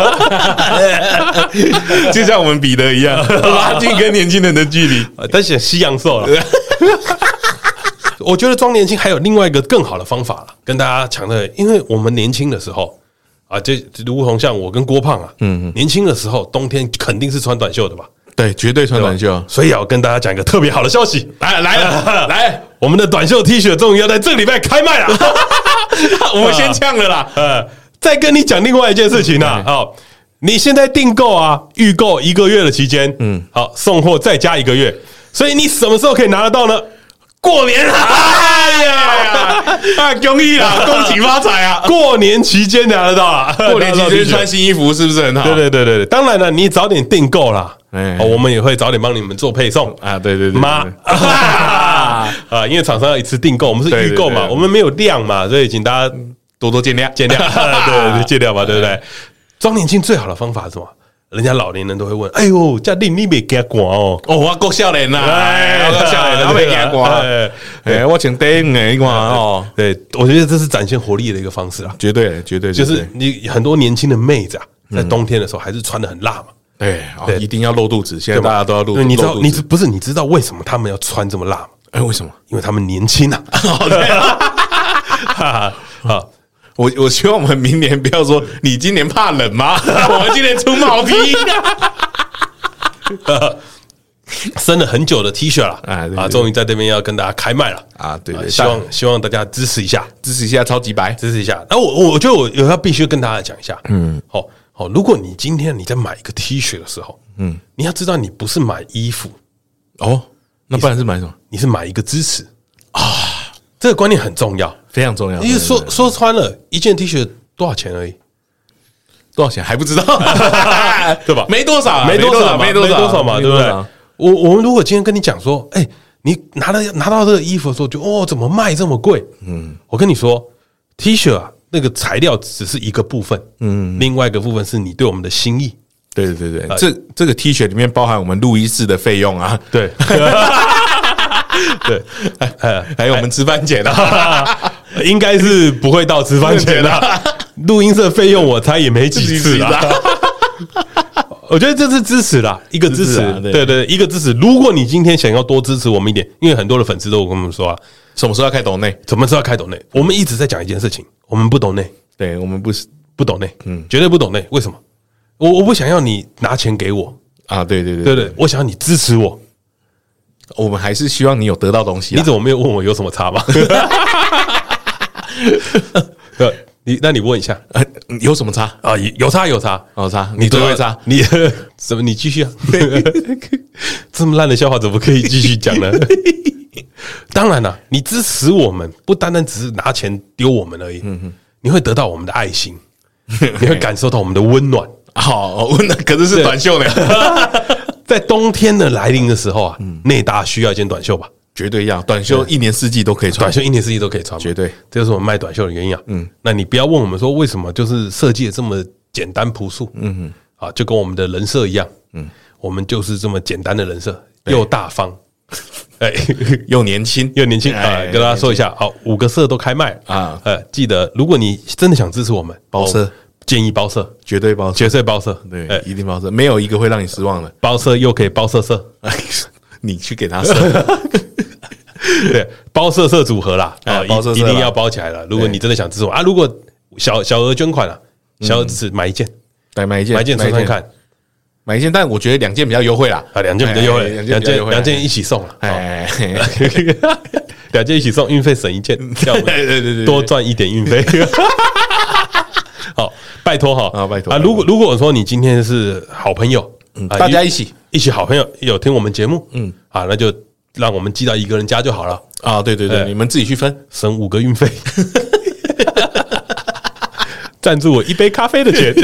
就像我们彼得一样，拉近跟年轻人的距离。 但是西洋兽了。我觉得装年轻还有另外一个更好的方法了，跟大家强调，因为我们年轻的时候啊，就如同像我跟郭胖啊，嗯，年轻的时候冬天肯定是穿短袖的吧？ 对，绝对穿短袖。 所以要跟大家讲一个特别好的消息， 来来了，来， 我们的短袖 T 恤终于要在这个礼拜开卖了。 我们先呛了啦。 呃，再跟你讲另外一件事情啊，好，你现在订购啊，预购一个月的期间，嗯，好，送货再加一个月，所以你什么时候可以拿得到呢？过年啊！哎呀， 啊，恭喜啦，恭喜发财啊！ 过年期间拿得到啊， 过年期间穿新衣服是不是很好？ 对对对对对，当然了，你早点订购啦，哎，我们也会早点帮你们做配送啊。对对对， 妈啊，因为厂商要一次订购，我们是预购嘛，我们没有量嘛，所以请大家多多见谅见谅，对对见谅嘛，对不对？装年轻最好的方法是什么？人家老年人都会问：“哎呦，这令你没给他管哦？” 哦，我够少年呐，我够少年，我没给他管。哎，我请答应哎，你看哦， 对，我觉得这是展现活力的一个方式啊， 绝对绝对， 就是你很多年轻的妹子啊，在冬天的时候还是穿得很辣嘛， 对，一定要露肚子，现在大家都要露。 你知道，你不是你知道为什么他们要穿这么辣吗？ 哎，为什么？ 因为他们年轻啊。 好。我我希望我们明年不要说你今年怕冷吗？我们今年出毛皮。 生了很久的 T 恤了啊啊，终于在这边要跟大家开卖了啊！对对， 希望希望大家支持一下， 支持一下超级白， 支持一下。那我我觉得我有要必须跟大家讲一下，嗯，好好，如果你今天你在买一个 T 恤的时候，嗯，你要知道你不是买衣服哦，那不然是买什么？ 你是买一个支持啊，这个观念很重要。 非常重要， 因为说说穿了，一件 T 恤多少钱而已， 多少钱还不知道， 对吧？ 没多少， 没多少， 没多少嘛，对不对？我我们如果今天跟你讲说，哎，你拿了拿到这个衣服的时候，就哦，怎么卖这么贵？嗯，我跟你说 ，T 恤啊，那个材料只是一个部分，嗯，另外一个部分是你对我们的心意。 对对对，这这个 T 恤里面包含我们录音室的费用啊， 对。对， 还有我们吃饭钱啊， 应该是不会到吃饭钱啦。录音社费用我猜也没几次啦。我觉得这是支持啦，一个支持，对对，一个支持。如果你今天想要多支持我们一点，因为很多的粉丝都跟我们说啊， 什么时候要开抖内？ 什么时候要开抖内？我们一直在讲一件事情，我们不抖内， 对我们不是不抖内，嗯，绝对不抖内。为什么？我我不想要你拿钱给我啊，对对对对对，我想要你支持我。 我们还是希望你有得到东西。 你怎么没有问我有什么差吗？你那你问一下， 呃，有什么差啊？有差有差有差，你最会差， 你怎么你继续啊？这么烂的笑话怎么可以继续讲呢？ 当然了，你支持我们，不单单只是拿钱丢我们而已，嗯、你会得到我们的爱心，你会感受到我们的温暖。 好，温暖可是是短袖呢。 在冬天的来临的时候啊，内大需要一件短袖吧？ 绝对要，短袖一年四季都可以穿， 短袖一年四季都可以穿， 绝对， 这就是我们卖短袖的原因啊。嗯，那你不要问我们说为什么就是设计的这么简单朴素，嗯啊，就跟我们的人设一样，嗯，我们就是这么简单的人设，又大方， 哎，又年轻， 又年轻啊！跟大家说一下，好，五个色都开卖啊，呃，记得如果你真的想支持我们， 包色。 建议包色， 绝对包色， 绝对包色， 对，欸、一定包色，没有一个会让你失望的。 包色又可以包色色， 你去给他色， 对，包色色组合啦，啊、 欸，包色色一定要包起来了。如果你真的想支持我啊，如果小小额捐款啊，小额支持买一件， 对，买一件， 买一件穿穿看， 买一件，但我觉得两件比较优惠啦， 啊，两件比较优惠，两件两件一起送了，哎，两件一起送，运费省一件，这样对对对，多赚一点运费。好，拜托哈啊，拜托啊！如果如果说你今天是好朋友， 嗯，大家一起一起好朋友有听我们节目，嗯啊，那就让我们寄到一个人家就好了啊！对对对，你们自己去分， 省五个运费，赞助我一杯咖啡的钱，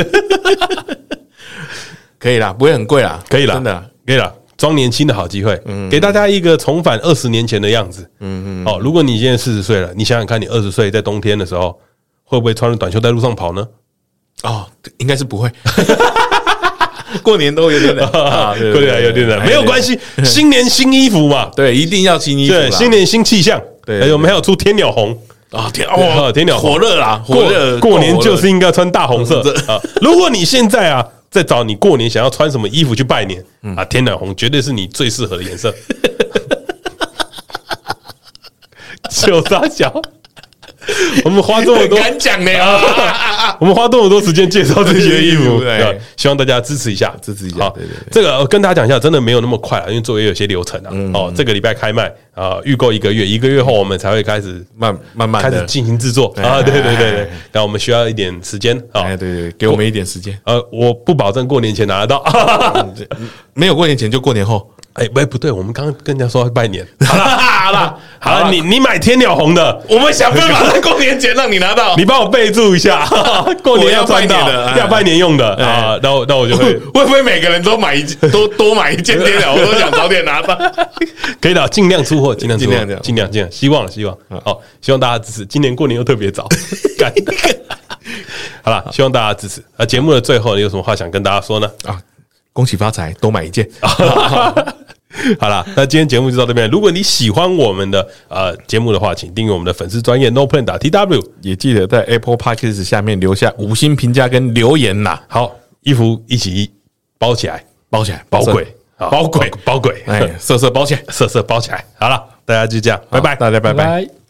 可以啦，不会很贵啦， 可以啦， 真的可以啦，装年轻的好机会，嗯，给大家一个重返二十年前的样子，嗯嗯，哦，如果你现在四十岁了，你想想看，你二十岁在冬天的时候。会不会穿着短袖在路上跑呢？ 哦，应该是不会。过年都有点冷啊， 过年有点冷，没有关系，新年新衣服嘛， 对，一定要新衣服， 对，新年新气象。对，我们还有出天鸟红啊，天哦， 天鸟火热啦，火热， 过年就是应该穿大红色啊。如果你现在啊在找你过年想要穿什么衣服去拜年啊，天鸟红绝对是你最适合的颜色。就傻小。我们花这么多敢讲的啊！ 我们花这么多时间介绍这些衣服，对，希望大家支持一下， 支持一下。 好，这个我跟大家讲一下，真的没有那么快啊，因为作业有些流程啊。哦，这个礼拜开卖啊，预购一个月，一个月后我们才会开始慢慢慢开始进行制作啊。对对对对，但我们需要一点时间啊。 对对，给我们一点时间。 呃，我不保证过年前拿得到， 没有过年前就过年后。 哎，不不对，我们刚刚跟人家说要拜年。好了好了好了，你你买天鸟红的， 我们想办法在过年前让你拿到。 你帮我备注一下，过年要穿到要拜年用的啊。那我那我就会会不会每个人都买一都多买一件天鸟，我都想早点拿到。 可以的，尽量出货，尽量出货，尽量尽量，希望希望好，希望大家支持。今年过年又特别早，好了，希望大家支持。啊，节目的最后，你有什么话想跟大家说呢？啊。 恭喜发财，多买一件。 好啦，那今天节目就到这边。如果你喜欢我们的呃节目的话，请订阅我们的粉丝专页 NoPlan 打 T W， 也记得在 Apple Podcast 下面留下五星评价跟留言啦。 好，衣服一起包起来， 包起来， 包鬼，包鬼，包鬼， 哎，色色包起来， 色色包起来。好了，大家就这样，拜拜， 大家拜拜。